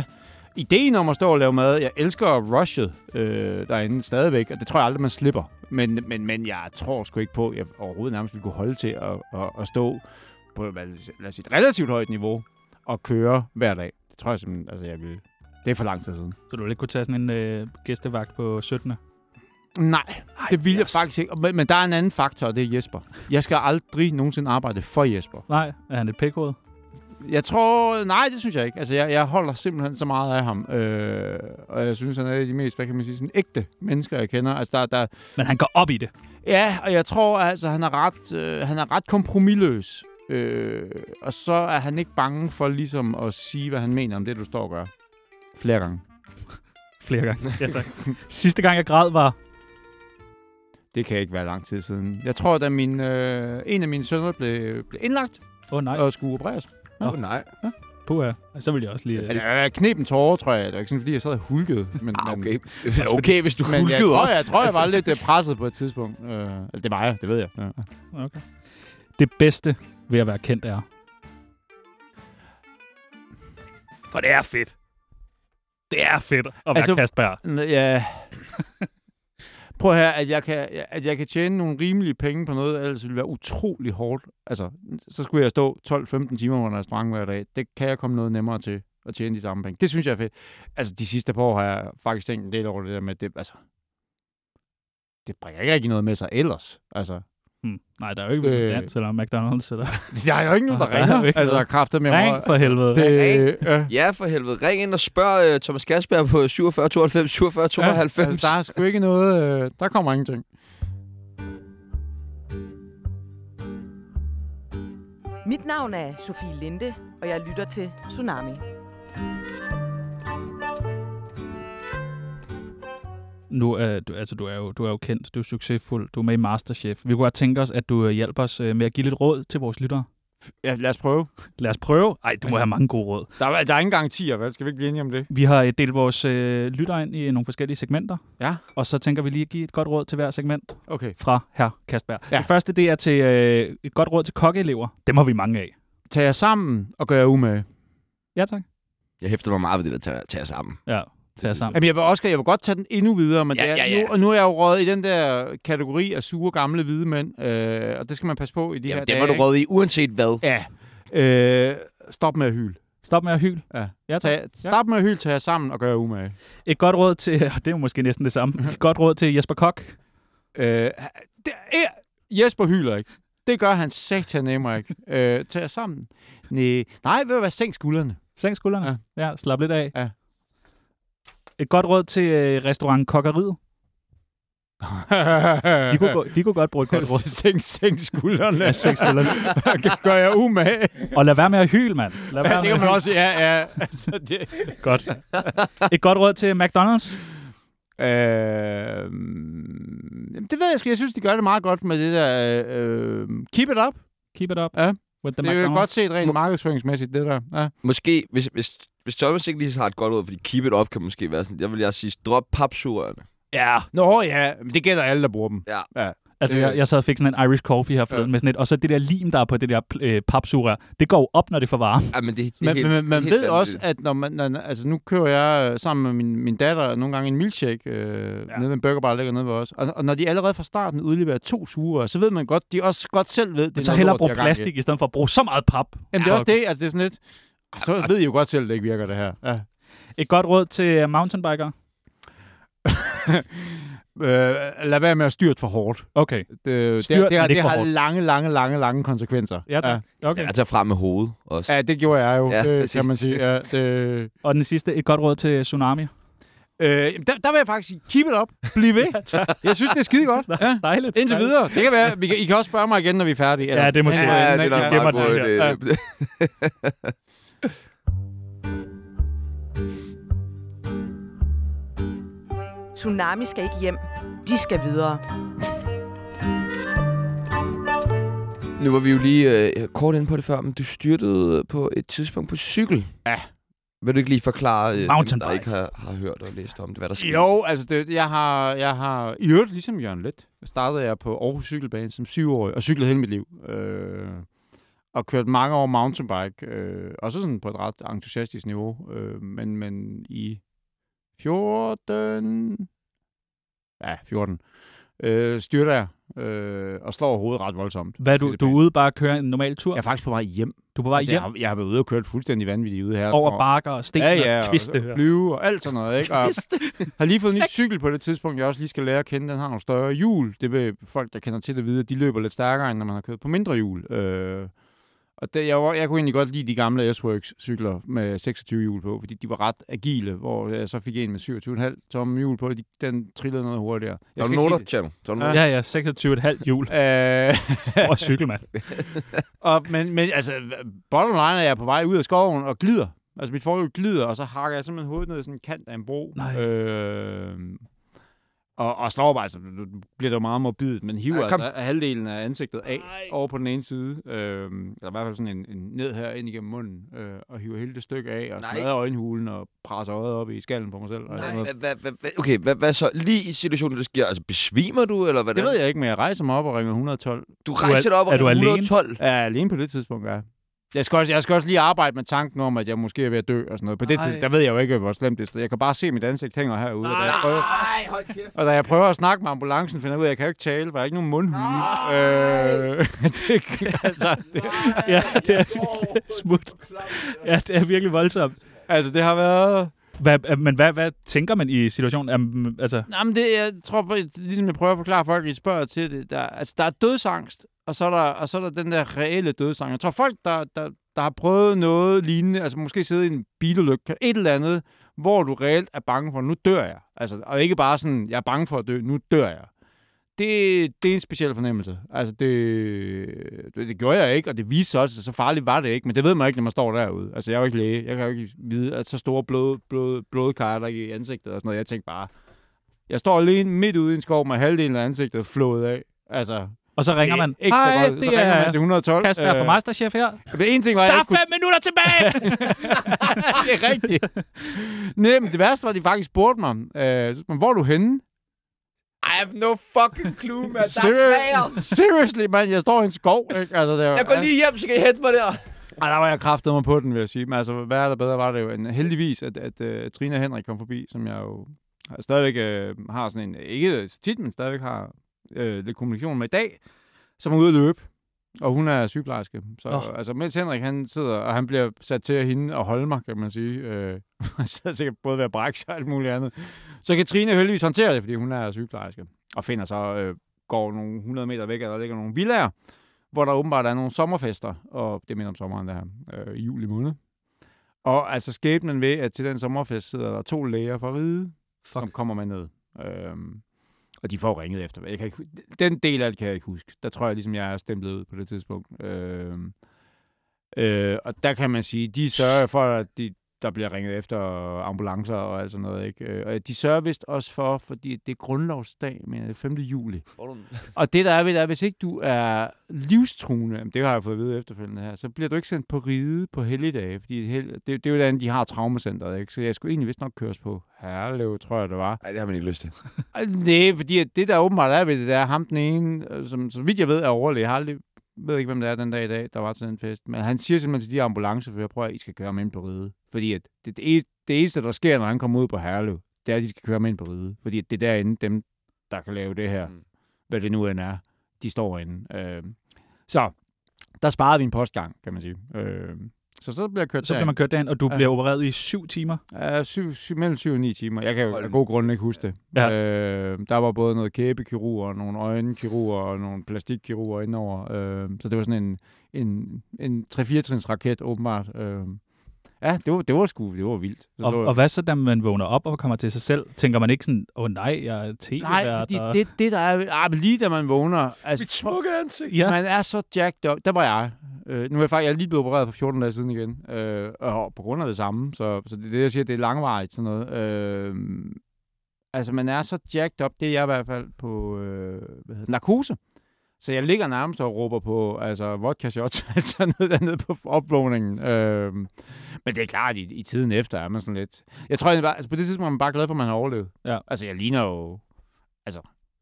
ideen om at stå og lave mad, jeg elsker rushet øh, derinde stadigvæk, og det tror jeg aldrig, man slipper. Men, men, men jeg tror sgu ikke på, at jeg overhovedet nærmest ville kunne holde til at, at, at stå på hvad, lad os sige, et relativt højt niveau og køre hver dag. Det tror jeg simpelthen, altså jeg vil. Det er for lang tid siden. Så du vil ikke kunne tage sådan en øh, gæstevagt på syttende? Nej, det vil jeg faktisk ikke. Men, men der er en anden faktor, og det er Jesper. Jeg skal aldrig nogensinde arbejde for Jesper. Nej, er han et pækhoved? Jeg tror... Nej, det synes jeg ikke. Altså, jeg, jeg holder simpelthen så meget af ham. Øh, og jeg synes, han er de mest, hvad kan man sige, sådan ægte mennesker, jeg kender. Altså, der, der... Men han går op i det. Ja, og jeg tror, altså, han er ret, øh, han er ret kompromisløs. Øh, og så er han ikke bange for ligesom at sige, hvad han mener om det, du står og gør. Flere gange. Flere gange, ja tak. Sidste gang, jeg græd, var... Det kan ikke være lang tid siden. Jeg tror, da min, øh, en af mine sønner blev, blev indlagt Åh oh, nej. og skulle opereres. Åh, ja. oh, nej. Ja. Puha. Så vil jeg også lige... Ja, jeg knep en tårer, tror jeg. Det var ikke sådan, fordi jeg sad og hulkede. Men, Ah, okay. Men, okay, hvis du men hulkede jeg, tror, også. jeg tror, jeg var lidt uh, presset på et tidspunkt. Uh, altså, det var jeg, det ved jeg. Ja. Okay. Det bedste ved at være kendt er... For det er fedt. Det er fedt at være Altså, Kasper. Ja. Prøv her, at jeg kan, at jeg kan tjene nogle rimelige penge på noget, ellers ville det være utrolig hårdt. Altså, så skulle jeg stå tolv femten timer på en restaurant hver dag. Det kan jeg komme noget nemmere til at tjene de samme penge. Det synes jeg er fedt. Altså, de sidste par år har jeg faktisk tænkt en del over det der med, det, altså, det bringer ikke rigtig noget med sig ellers. Altså, Hmm. Nej, der er jo ikke øh, dans eller McDonald's. Eller... der er jo ikke nogen, der Der er jo ringer. ikke Altså, noget. kraftet med Ring for helvede. Det, øh, Ja, for helvede. Ring ind og spørg uh, Thomas Kasper på syvogfyrre tooghalvfems syvogfyrre tooghalvfems. Ja, altså, der er sgu ikke noget... Øh, der kommer ingenting. Mit navn er Sofie Linde, og jeg lytter til Tsunami. Nu er du, altså, du er jo, du er jo kendt, du er succesfuld, du er med i Masterchef. Vi kunne godt tænke os, at du hjælper os med at give lidt råd til vores lyttere. Ja, lad os prøve. Lad os prøve. Ej, du må have mange gode råd. Der er, der er ingen garantier, vel? Skal vi ikke blive enige om det? Vi har delt vores øh, lyttere ind i nogle forskellige segmenter. Ja. Og så tænker vi lige at give et godt råd til hver segment Okay. fra herr Kasper. Ja. Det første, det er til øh, et godt råd til kokkeelever. Dem har vi mange af. Tag jer sammen og gør jer umage. Ja, tak. Jeg hæfter mig meget ved det, der tager, tager sammen. Ja, tag os sammen. Jamen, jeg vil også jeg vil godt tage den endnu videre, men Ja, det er, ja, ja. Nu, og nu er jeg jo røget i den der kategori af sure gamle hvide mænd, øh, og det skal man passe på i de her Jamen, det dage. må du ikke? råde i, uanset hvad. Ja. Øh, stop med at hyle. Stop med at hyle. Ja. Ja, tak. Tag, stop med at hyle, tag jer sammen og gør jer umage. Et godt råd til, og det er jo måske næsten det samme, et godt råd til Jesper Kok. Øh, det er, Jesper hyler ikke. Det gør han satanemme ikke. Øh, tag jer sammen. Nej, nej, ved du hvad, sænk skuldrene. Sænk skuldrene. Ja. ja, slap lidt af. Ja. Et godt råd til øh, restaurant Kokkeriet. De kunne, gå, de kunne godt bruge et godt råd. sænk, sænk skuldrene. Ja, sænk skuldrene. gør jeg umage. Og lad være med at hyle, mand. Lad være Ja, det med kan at man hyle. også, ja, ja. Altså, det... Godt. Et godt råd til McDonald's. Øh, det ved jeg sgu. Jeg synes, de gør det meget godt med det der øh, keep it up. Keep it up. Ja. With the Det er jo McDonald's. godt set rent Må- markedsføringsmæssigt, det der. Ja. Måske, hvis, hvis, hvis Thomas ikke lige har et godt råd, fordi keep it up kan måske være sådan, jeg vil jeg sige, drop papsugererne. Ja. Nå ja, men det gælder alle, der bruger dem. Ja. Ja. Altså, Det- jeg, jeg sad og fik sådan en Irish coffee her forleden Ja. med sådan et, og så det der lim, der er på det der øh, papsugerør, det går jo op, når det er for varmt. Ja, men det, det er Men, helt, men man helt ved også, vanvittigt. at når man, når, altså nu kører jeg øh, sammen med min, min datter nogle gange en milkshake øh, Ja. ja. nede ved en burgerbar, der ligger nede ved os. Og, og når de allerede fra starten udleverer to sugerør, så ved man godt, de også godt selv ved, det er Så noget hellere lort, bruge de har gang i. plastik, i stedet for at bruge så meget pap. Jamen det er også det, altså det er sådan lidt, ah, så ved I jo godt selv, at det ikke virker det her. Ja. Et godt råd til mountainbiker. Øh, lad være med at styrte for hårdt. Okay. Det, Styrt, det, det, men har, ikke det for har hårdt. lange, lange, lange, lange konsekvenser. Ja, tak. Okay. Jeg tager frem med hovedet også. Ja, ja det gjorde jeg jo, Ja, ja, det præcis. kan man sige. Ja, det, Og den sidste, et godt råd til Tsunami. øh, der, der vil jeg faktisk sige, keep it up. Bliv ved. Jeg synes, det er skide godt. Ja. Dejligt. Indtil videre. Det kan være, vi kan, I kan også spørge mig igen, når vi er færdige. Ja, det er måske- Ja, ja, det er nok Ja, meget gemmer god den idé. Ja. Tsunami skal ikke hjem. De skal videre. Nu var vi jo lige øh, kort inde på det før, men du styrtede på et tidspunkt på cykel. Ja. Vil du ikke lige forklare, øh, dem, Mountainbike. der ikke har, har hørt og læst om det, hvad der sker? Jo, altså det, jeg har, jeg har i øvrigt, ligesom Jørgen Let, startede jeg på Aarhus Cykelbane som syvårig, og cyklede hele mit liv. Øh, og kørt mange år mountainbike. Øh, også sådan på et ret entusiastisk niveau. Øh, men, men i fjorten... Ja, fjorten. Øh, styrter jeg øh, og slår hovedet ret voldsomt. Hvad er du, du er ude bare at køre en normal tur? Jeg er faktisk på vej hjem. Du er på vej altså, hjem? Jeg har, jeg har været ude og kørt fuldstændig vanvittigt ude her. Over og, bakker og sten ja, ja, og kviste. Og flyve og alt sådan noget. Ikke? Og har lige fået en ny cykel på det tidspunkt, jeg også lige skal lære at kende. Den har nogle større hjul. Det vil folk, der kender til det, vide, de løber lidt stærkere, end når man har kørt på mindre hjul. Øh, og det, jeg, jeg kunne egentlig godt lide de gamle S-Works cykler med seksogtyve hjul på, fordi de var ret agile, hvor jeg så fik en med syvogtyve komma fem tomme hjul på, de, den trillede noget hurtigere. Der er du noter, Tjerno? Ja, ja, seksogtyve komma fem hjul. Øh, Stor cykel, mand. og, men, men altså, bottom line er, jeg på vej ud af skoven og glider. Altså, mit forhjul glider, og så hakker jeg simpelthen hovedet ned i sådan en kant af en bro. Nej. Øh, Og, og slår bare, altså, nu bliver det jo meget morbidt, men hiver ja, altså halvdelen af ansigtet af Ej. over på den ene side. Øh, der er i hvert fald sådan en, en ned her ind igennem munden, øh, og hiver hele det stykke af, og smadrer øjenhulen og presser øjet op i skallen på mig selv. Nej, hva, hva, hva, okay, hvad, hvad så lige i situationen, det sker? Altså, besvimer du, eller hvad det? Det ved jeg ikke, men jeg rejser mig op og ringer et hundrede og tolv. Du rejser dig op og ringer et hundrede og tolv? Ja, alene på det tidspunkt, ja. Jeg skal, også, jeg skal også lige arbejde med tanken om, at jeg måske er ved at dø og sådan noget. På det tidspunkt, der ved jeg jo ikke, hvor slemt det er. Jeg kan bare se, at mit ansigt hænger herude. Nej, og, da jeg prøver, hold kæft. og da jeg prøver at snakke med ambulancen, finder jeg ud af, at jeg kan jo ikke tale, for jeg har ikke nogen mundhule. Øh, det, altså, det, ja, det er virkelig smut. Ja, det er virkelig voldsomt. Altså, det har været... Hvad, men hvad, hvad tænker man i situationen? Um, altså... Jamen, det, jeg tror, ligesom jeg prøver at forklare folk, I spørger til det. Der, altså, der er dødsangst, og så er der, og så er der den der reelle dødsangst. Jeg tror, folk, der, der, der har prøvet noget lignende, altså måske sidde i en bilulykke, et eller andet, hvor du reelt er bange for, nu dør jeg. Altså, og ikke bare sådan, jeg er bange for at dø, nu dør jeg. Det, det er en speciel fornemmelse. Altså, det, det, det gjorde jeg ikke, og det viste sig også, at så farligt var det ikke, men det ved man ikke, når man står derude. Altså, jeg er jo ikke læge. Jeg kan jo ikke vide, at så store blod, blod, blodkar der ikke i ansigtet og sådan noget. Jeg tænkte bare, jeg står alene midt ude i en skov med halvdelen af ansigtet flået af. Altså, og så ringer man, ikke hej, så godt. det så ringer er man til et hundrede og tolv. Kasper fra Masterchef her. Det en ting var, der er jeg fem kunne... minutter tilbage! Det er rigtigt. Nej, men det værste var, at de faktisk spurgte mig, øh, hvor er du henne? I have no fucking clue, man. Ser- Seriously, man. Jeg står i en skov, ikke? Altså, det var, jeg går lige hjem, så kan I hente mig der. Ej, der var jeg kraftet mig på den, vil jeg sige. Men altså, hvad er der bedre, var det jo. En, heldigvis, at, at, at uh, Trine og Henrik kom forbi, som jeg jo stadigvæk uh, har sådan en, ikke så tit, men stadigvæk har uh, lidt kommunikation med i dag, som er ude at løbe. Og hun er sygeplejerske. Så oh. altså, mens Henrik, han sidder, og han bliver sat til at hende og holde mig, kan man sige. Øh, han sidder sikkert både ved at brække sig og alt muligt andet. Så kan Trine heldigvis håndtere det, fordi hun er sygeplejerske. Og finder så, øh, går nogle hundrede meter væk, og der ligger nogle villaer, hvor der åbenbart er nogle sommerfester, og det minder om sommeren der, øh, i juli måned. Og altså skæbnen ved, at til den sommerfest sidder der to læger fra Ride, som kommer med ned. Øh, Og de får ringet efter. Jeg kan ikke, den del af det kan jeg ikke huske. Der tror jeg, ligesom jeg er stemplet ud på det tidspunkt. Øh, øh, og der kan man sige, de sørger for, at de, der bliver ringet efter ambulancer og alt sådan noget. Ikke? Og de sørger vist også for, fordi det er grundlovsdag, men det er femte juli. Og det der er ved det er, hvis ikke du er livstruende, det har jeg fået at vide efterfølgende her, så bliver du ikke sendt på ride på helligdage, fordi det, det, det er jo den, de har traumacenteret, ikke? Så jeg skulle egentlig vist nok køres på Herlev, tror jeg det var. Nej, det har man ikke lyst til. Nej, fordi det der åbenbart er ved det, der er ham den ene, som så vidt jeg ved er overlæge. Jeg har aldrig ved ikke, hvem det er den dag i dag, der var til den fest. Men han siger simpelthen til de ambulancefører, prøv at I skal køre ham ind på ride. Fordi at det, det, det eneste, der sker, når han kommer ud på Herlev, det er, at de skal køre ham ind på ride. Fordi det er derinde, dem, der kan lave det her, mm. hvad det nu end er, de står inde. Øh, så der sparede vi en postgang, kan man sige. Øh, så så bliver kørt Så bliver man kørt derind, og du ja. bliver opereret i syv timer? Ja, syv, syv, mellem syv og ni timer. Jeg kan jo af god grund ikke huske det. Ja. Øh, der var både noget kæbekirurger, nogle øjenkirurger og nogle plastikkirurger indover. Øh, så det var sådan en, en, en tre-fire trins raket, åbenbart. Øh, ja, det var, det var sgu det var vildt. Så og, det var, og hvad så, da man vågner op og kommer til sig selv? Tænker man ikke sådan, åh oh, nej, jeg er tv-vært? Nej, fordi og... det, det der er... Ah, lige da man vågner... Altså, Mit smukke ansigt. Ja. Man er så jacked up. Der var jeg. Øh, nu er jeg faktisk jeg er lige blevet opereret for fjorten dage siden igen. Øh, og på grund af det samme. Så, så det er det, jeg siger, det er langvarigt. Sådan noget. Øh, altså, man er så jacked up. Det er jeg i hvert fald på øh, hvad hedder, narkose. Så jeg ligger nærmest og råber på altså, vodka shots, altså ned dernede på opvågningen. Øh, men det er klart, i, i tiden efter er man sådan lidt... Jeg tror, jeg bare, altså, på det tidspunkt er man bare glad for, at man har overlevet. Ja. Altså, jeg ligner jo... Altså,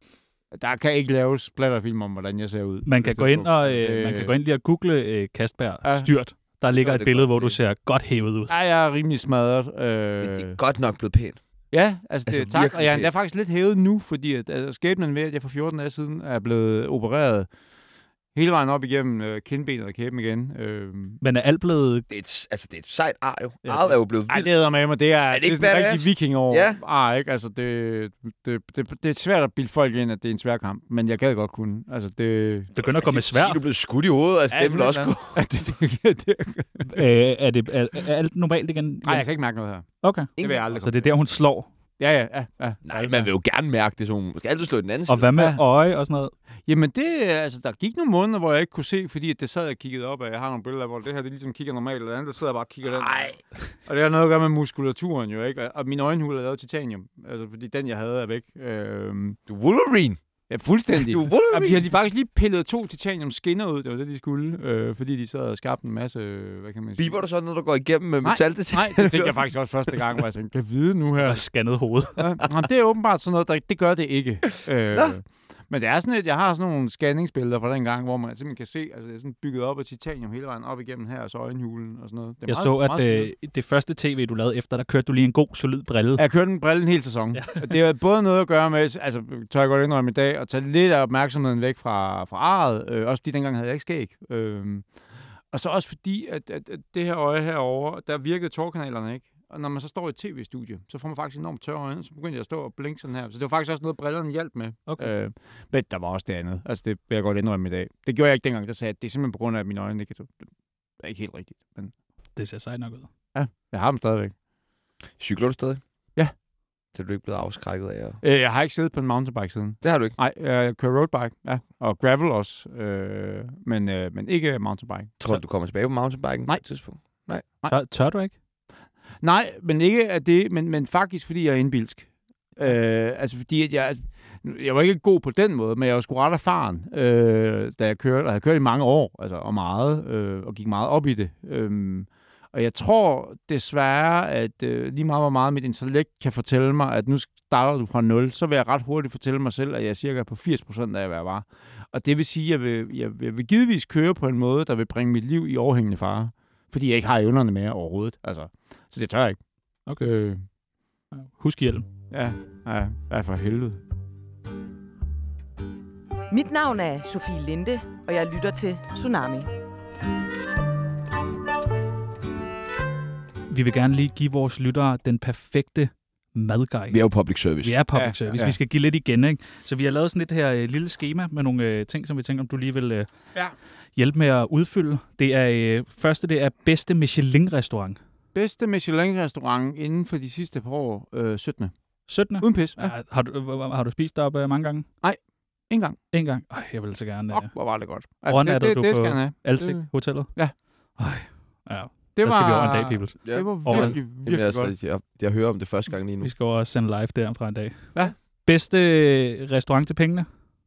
Der kan ikke laves splatterfilm om, hvordan jeg ser ud. Man kan gå ind og øh, man kan gå ind lige og google øh, Kastberg Ja. styrt. Der ligger det et billede, godt hvor du blive. ser godt hævet ud. Ja, jeg er rimelig smadret. Øh... Men det er godt nok blevet pænt. Ja, altså, Altså, det, tak. virkelig Og jeg er endda pænt. faktisk lidt hævet nu, fordi at, altså, skæbnen ved, at jeg for fjorten dage siden er blevet opereret hele vejen op igennem øh, kindbenet og kæben igen. Øh... Men er alt blevet... Det er et, altså, det er et sejt ar jo. Ja, Arret er jo blevet Ej, vildt. det hedder med mig. Det er, Er det det er ikke sådan en badass? rigtig vikingår. Ja. Ah, ikke? Altså, det, det, det, det er svært at bilde folk ind, at det er en svær kamp, men jeg gad godt kunne. Altså, det... Begynder at gå med Sig, svær. du er blevet skudt i hovedet, altså Ja, det vil også gå. det, det, det, Øh, er, det, er, er alt normalt igen? Nej, jeg kan ikke mærke noget her. Okay. Det vil jeg aldrig Så det er der, hun slår. Ja, ja, ja. ja. Nej, man vil jo gerne mærke det, så man skal altid slå i den anden side. Og hvad med Ja. øje og sådan noget? Jamen, det, altså, der gik nogle måneder, hvor jeg ikke kunne se, fordi at det sad og kiggede op, og jeg har nogle billeder, hvor det her, det ligesom kigger normalt, og det andet, der sidder bare og kigger den. Nej. Og det har noget at gøre med muskulaturen jo, ikke? Og min øjenhule er lavet af titanium, altså, fordi den, jeg havde, er væk. Øhm, Du er Wolverine. ja, fuldstændig. Du er Og Wolverine. de har lige faktisk lige pillet to titanium skinner ud, det var det, de skulle, øh, fordi de sad og skabte en masse, øh, hvad kan man sige? Biber du sådan noget, der går igennem med Nej, metal? Det Nej, det tænkte jeg faktisk også første gang, hvor jeg tænkte, kan jeg vide nu her? Og scannet hoved. Ja, nå, det er åbenbart sådan noget, der, det gør det ikke. Øh, Nå. men det er sådan et, jeg har sådan nogle scanningsbilleder fra den gang, hvor man simpelthen kan se, altså det er sådan bygget op af titanium hele vejen op igennem her, og så øjenhulen og sådan noget. Det er Jeg meget, så, at meget øh, det første tv, du lavede efter, der kørte du lige en god, solid brille. Jeg kørte en brille en hel sæson. Ja. Det er både noget at gøre med, altså tør jeg godt indrømme i dag, at tage lidt af opmærksomheden væk fra, fra arret. Øh, også fordi dengang havde jeg ikke skæg. Øh, og så også fordi, at, at, at det her øje herovre, der virkede tårkanalerne ikke. Og når man så står i et tv-studie, så får man faktisk enormt tørre øjne, så begyndte jeg at stå og blinke sådan her. Så det var faktisk også noget, brillerne hjalp med. Okay. Øh, men der var også det andet. Altså det vil jeg godt indrømme i dag. Det gjorde jeg ikke dengang, der sagde jeg, at det er simpelthen på grund af, at mine øjne ikke er, det er ikke helt rigtigt. Men Det ser sejt nok ud. ja, jeg har dem stadigvæk. Cykler du stadig? Ja. Så er du ikke blevet afskrækket af? Øh, jeg har ikke siddet på en mountainbike siden. Det har du ikke. Nej, jeg kører roadbike, ja, og gravel også, øh, men, øh, men ikke mountainbike. Tror du, du kommer tilbage på mountainbiken Nej. på et tidspunkt? Tør, tør du ikke? Nej, men ikke af det, men, men faktisk fordi jeg er indbilsk. Øh, altså fordi at jeg, jeg var ikke god på den måde, men jeg var sgu ret erfaren, øh, da jeg kørte, og havde kørt i mange år, altså, og meget, øh, og gik meget op i det. Øh, og jeg tror desværre, at øh, lige meget hvor meget mit intellekt kan fortælle mig, at nu starter du fra nul, så vil jeg ret hurtigt fortælle mig selv, at jeg er cirka på firs procent af, hvad jeg var. Og det vil sige, at jeg vil, jeg, jeg vil givetvis køre på en måde, der vil bringe mit liv i overhængende fare. Fordi jeg ikke har evnerne mere overhovedet. Altså, så det tør jeg ikke. Okay. Øh, Husk hjelm. ja, ja, ja, for helvede. Mit navn er Sofie Linde, og jeg lytter til Tsunami. Vi vil gerne lige give vores lyttere den perfekte madguide. Vi er jo public service. Vi er public Ja, service. ja. Vi skal give lidt igen, ikke? Så vi har lavet sådan et her øh, lille schema med nogle øh, ting, som vi tænker, om du lige vil øh, Ja. hjælpe med at udfylde. Det er øh, første, det er bedste Michelin-restaurant. Bedste Michelin-restaurant inden for de sidste par år, øh, syttende. syttende. Uden pis. Ja. Ja, har, du, øh, har du spist deroppe øh, mange gange? En gang. En gang? Ej, jeg vil så gerne... Fuck, Øh, hvor var det godt. Overnattede det, det, du det på skal han have. Alsik Det- Hotellet? Ja. Ej, ja. Det Der skal vi over en dag, peoples. Ja. Det var Og- virkelig, Jamen, virkelig altså, godt. jeg, jeg hører om det første gang lige nu. Vi skal over og sende live der fra en dag. Ja. Bedste øh, restaurant til pengene?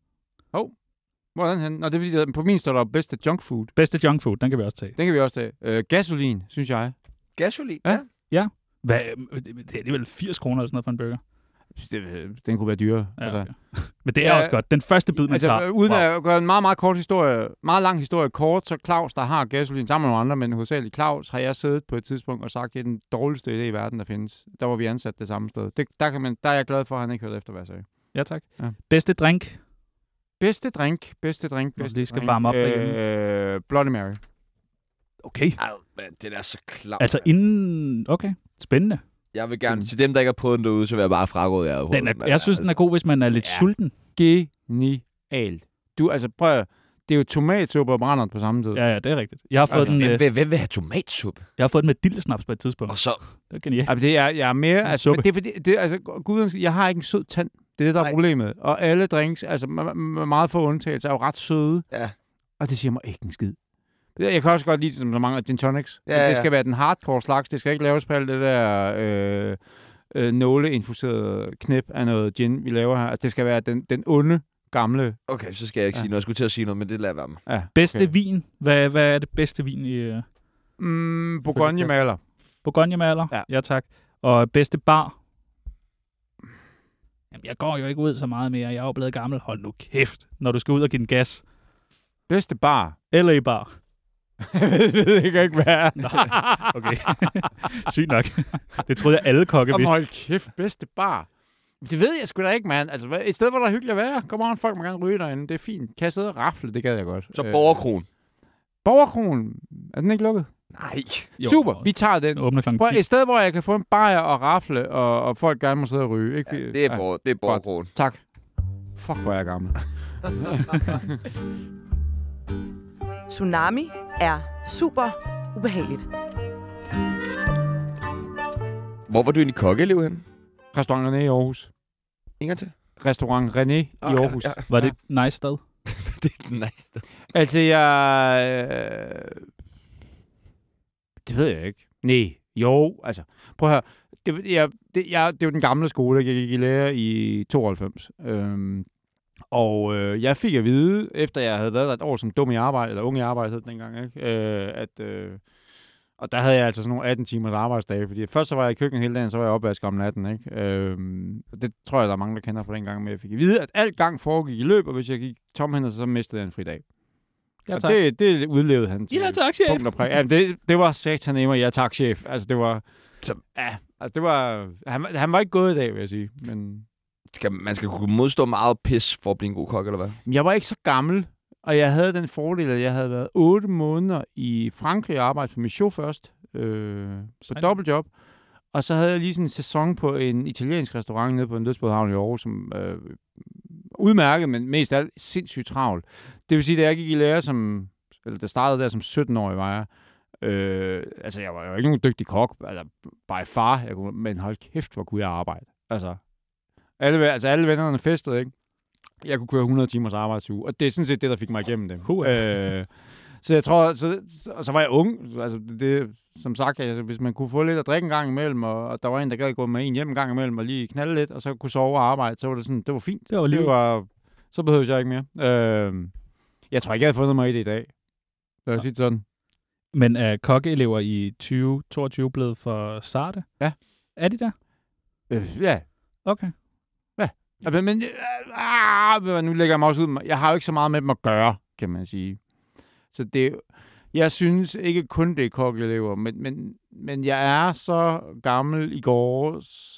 Hvordan han? Nå, det er fordi, der- på min står der bedste junk food. Bedste junk food, den kan vi også tage. Den kan vi også tage. Øh, gasolin, synes jeg. Gasolin? Ja. Ja. Hvad, øh, det det er alligevel firs kroner eller sådan noget for en burger. Det, den kunne være dyrere. Ja, altså, okay. Men det er Ja, også godt. Den første bid, man altså, tager. øh, uden wow. at gøre en meget, meget kort historie, meget lang historie kort, så Claus, der har gasolin sammen med nogle andre, men hovedsageligt Claus, har jeg siddet på et tidspunkt og sagt, at det er den dårligste idé i verden, der findes. Der var vi ansat det samme sted. Det, der, kan man, der er jeg glad for, at han ikke hørte efter, hvad jeg sagde. Ja, tak. Ja. Bedste drink? Bedste drink, bedste drink, Når bedste vi lige skal drink. varme op øh, Bloody Mary. Okay. Ej, men det er så klart. Altså inden... Okay, spændende. Jeg vil gerne, til dem, der ikke har prøvet den derude, så vil jeg bare fraråde jer. Den er, jeg synes, den er god, hvis man er lidt Ja. sulten. Genialt. Du, altså prøv at, det er jo tomatsuppe og brænder på samme tid. Ja, ja, det er rigtigt. Jeg har fået, Okay. den, Hvem, øh, hvem, hvem vil have tomatsuppe? jeg har fået den med dillesnaps på et tidspunkt. Og så... Det er genialt. Altså, det er, jeg er mere, altså, suppe. men det er fordi, det, altså, gud, jeg har ikke en sød tand. Det er det, der er Nej. problemet. Og alle drinks, altså med, med meget få undtagelser, er jo ret søde. Ja. Og det siger mig ikke en skid. Jeg kan også godt lide, som så mange af gin tonics. Ja, Men ja. det skal være den hardcore slags. Det skal ikke laves på alt det der øh, øh, nåleinfuserede knæp af noget gin, vi laver her. Altså, det skal være den, den onde, gamle... Okay, så skal jeg ikke Ja. sige noget. Jeg skulle til at sige noget, men det lader være med. Ja, Bedste okay. vin? Hvad, hvad er det bedste vin i uh, Mm, Bourgogne maler. Bourgogne-maler? Ja. Ja, tak. Og bedste bar? Jamen, jeg går jo ikke ud så meget mere. Jeg er jo blevet gammel. Hold nu kæft, når du skal ud og give den gas. Bedste bar. L A bar. det ved jeg ikke, hvad er. Nej, okay. Sygt nok. Det troede jeg, alle kokke vidste. Hold kæft, bedste bar. Det ved jeg sgu da ikke, mand. Altså, et sted, hvor der er hyggeligt at være. Kom on, folk må gerne ryge derinde. Det er fint. Kan jeg sidde og rafle? Det gad jeg godt. Så Borgerkronen. Borgerkronen. Er den ikke lukket? Nej. Jo. Super, vi tager den. Åbner klokken Prøv, ti. et sted, hvor jeg kan få en bajer og rafle, og, og folk gerne må sidde og ryge. Ikke? Ja, det er, borger, det er Borgerkronen. Tak. Fuck, hvor er jeg gammel. Tsunami er super ubehageligt. Hvor var du egentlig kokkeelev henne? Restaurant René i Aarhus. En gang til. Restaurant René i Ah, Aarhus. ja, ja. Var det et nice sted? Det er nice. Altså, jeg... Øh, det ved jeg ikke. Nej. Jo, altså... Prøv at høre. Det, jeg, det, jeg, det er jo den gamle skole, jeg gik i lære i tooghalvfems. Øhm, og øh, jeg fik at vide, efter jeg havde været der et år som dum i arbejde, eller ung i arbejde hed det dengang, ikke? Øh, at... Øh, og der havde jeg altså sådan nogle atten timers arbejdsdage, fordi først så var jeg i køkkenet hele dagen, så var jeg opvasket om natten, ikke? Øhm, og det tror jeg, der er mange, der kender fra den gang, men jeg fik at vide, at alt gang foregik i løb, og hvis jeg gik tomhændet, så mistede jeg en fridag. Ja, og tak. det, det udlevede han til. Ja, tak, chef. Punkt og præg. Ja, det, det var satanemme, ja tak, chef. Altså, det var... Så, ja, altså, det var... Han, han var ikke gået i dag, vil jeg sige, men... skal, man skal kunne modstå meget pis for at blive en god kok, eller hvad? Jeg var ikke så gammel, og jeg havde den fordel, at jeg havde været otte måneder i Frankrig og arbejdet for Michaud først, øh, på dobbeltjob. Og så havde jeg lige sådan en sæson på en italiensk restaurant nede på en dødsbådhavn i Aarhus, som øh, udmærket, men mest af alt sindssygt travlt. Det vil sige, da jeg gik i lære som, eller der startede der som sytten-årig, var jeg, øh, altså jeg var jo ikke nogen dygtig kok, altså by far, jeg kunne, men hold kæft, hvor kunne jeg arbejde. Altså, alle, altså alle vennerne festede, ikke? Jeg kunne køre hundrede timers arbejdsuge, og det er sådan set det, der fik mig igennem dem. Uh. Øh, så jeg tror, så, så, så var jeg ung, altså det, som sagt, altså, hvis man kunne få lidt at drikke en gang imellem, og, og der var en, der gad gå med en hjem en gang imellem, og lige knalde lidt, og så kunne sove og arbejde, så var det sådan, det var fint. Det var liv. Det var, så behøvede jeg ikke mere. Øh, jeg tror ikke, jeg havde fundet mig i det i dag. Lad os sige det sådan. Men er kokkeelever i tyve toogtyve blevet for sarte? Ja. Er de der? Øh, ja. Okay. Men, men øh, nu lægger jeg mig også ud. Jeg har jo ikke så meget med dem at gøre, kan man sige. Så det, jeg synes ikke kun det er kokkeelever, men, men, men jeg er så gammel i går.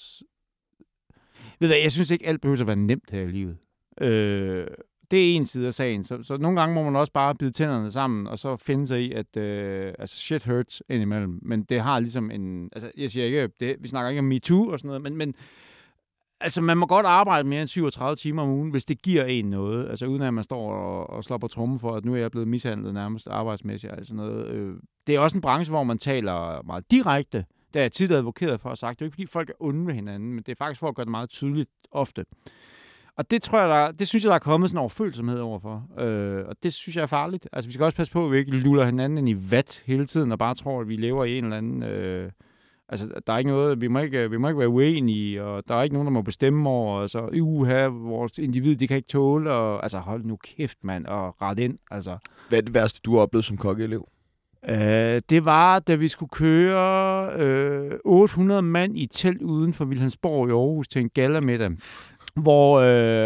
Ved du, jeg synes ikke alt behøver at være nemt her i livet. Øh, det er en side af sagen. Så, så nogle gange må man også bare bide tænderne sammen, og så finde sig i, at øh, altså shit hurts indimellem. Men det har ligesom en... Altså, jeg siger ikke, det, vi snakker ikke om MeToo og sådan noget, men... men altså, man må godt arbejde mere end syvogtredive timer om ugen, hvis det giver en noget. Altså, uden at man står og, og slår på trommen for, at nu er jeg blevet mishandlet nærmest arbejdsmæssigt. Altså noget. Øh, det er også en branche, hvor man taler meget direkte. Der er jeg tit advokeret for at sagt, det er ikke fordi folk er onde ved hinanden, men det er faktisk for at gøre det meget tydeligt ofte. Og det tror jeg, der, det synes jeg, der er kommet sådan en overfølsomhed overfor. Øh, og det synes jeg er farligt. Altså, vi skal også passe på, at vi ikke luller hinanden ind i vat hele tiden, og bare tror, at vi lever i en eller anden... Øh, Altså, der er ikke noget, vi må ikke, vi må ikke være uenige, og der er ikke nogen, der må bestemme over, altså, uha, vores individ, de kan ikke tåle, og altså, hold nu kæft, mand, og ret ind, altså. Hvad er det værste, du har oplevet som kokkeelev? Øh, det var, da vi skulle køre øh, otte hundrede mand i et telt uden for Vilhelmsborg i Aarhus til en gallamiddag, hvor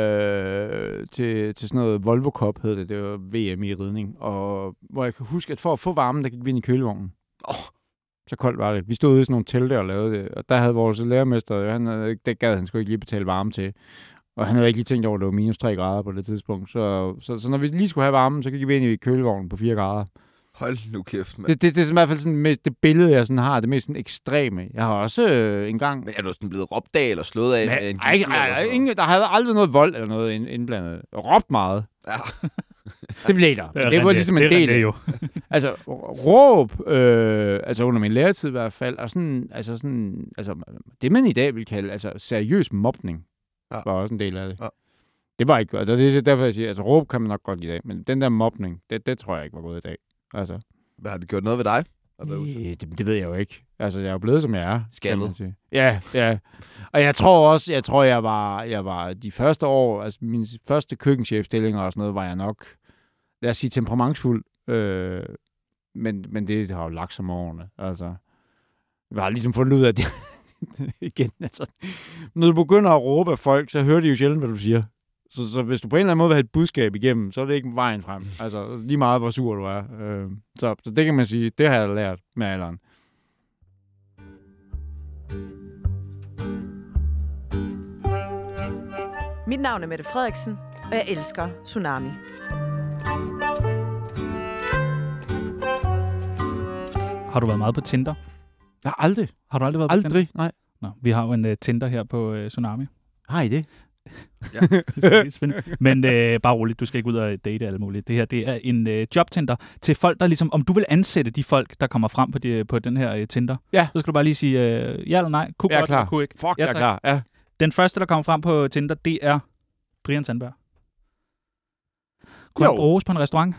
øh, til, til sådan noget Volvo Cup hed det, det var V M i ridning, og hvor jeg kan huske, at for at få varmen, der gik vi ind i kølevognen. Åh, oh. Så koldt var det. Vi stod ude i sådan nogle telte og lavede det, og der havde vores lærermester, han havde, det gad han sgu ikke lige betale varme til. Og han havde ikke lige tænkt over, at det var minus tre grader på det tidspunkt. Så, så, så når vi lige skulle have varmen, så gik vi ind i kølevognen på fire grader. Hold nu kæft, mand. Det, det, det er i hvert fald sådan, det, det billede, jeg sådan har, det mest sådan ekstreme. Jeg har også øh, engang... Men er du sådan blevet råbt af eller slået af? Nej, med en ej, ej, ej, ingen, der havde aldrig noget vold eller noget indblandet. Råbt meget. Ja. Det blev der. Det, det var ligesom en det del. Det jo. Altså, råb, øh, altså under min læretid i hvert fald, og sådan, altså sådan, altså, det man i dag vil kalde, altså seriøs mobning, ja. Var også en del af det. Ja. Det var ikke, altså det er derfor, jeg siger, altså råb kan man nok godt i dag, men den der mobning, det, det tror jeg ikke var gået i dag. Altså. Hvad har det gjort noget ved dig? Det, det, det ved jeg jo ikke. Altså, jeg er jo blevet, som jeg er. Skaldet. Ja, ja. Og jeg tror også, jeg tror, jeg var, jeg var de første år, altså min første køkkenchefstillinger og sådan noget, var jeg nok, lad os sige, temperamentsfuld. Øh, men, men det har jo lagt som årene. Altså, jeg har ligesom fundet ud af, at igen, altså, når du begynder at råbe af folk, så hører de jo sjældent, hvad du siger. Så, så hvis du på en eller anden måde vil have et budskab igennem, så er det ikke vejen frem. Altså, lige meget, hvor sur du er. Øh, så, så det kan man sige, det har jeg lært med alderen. Mit navn er Mette Frederiksen, og jeg elsker Tsunami. Har du været meget på Tinder? Jeg har aldrig. Har du aldrig været på Aldrig, Tinder? nej. Nå, vi har jo en uh, Tinder her på uh, Tsunami. Har I det? Ja. Men øh, bare roligt, du skal ikke ud og date alle mulige. Det her, det er en øh, jobtinder til folk, der ligesom, om du vil ansætte de folk, der kommer frem på, de, på den her øh, Tinder, ja. Så skal du bare lige sige øh, ja eller nej. Kunne jeg er godt, klar. Kunne ikke. Fuck, ja, jeg er klar. Ja. Den første, der kommer frem på Tinder, det er Brian Sandberg. Kunne jo. han bruges på en restaurant?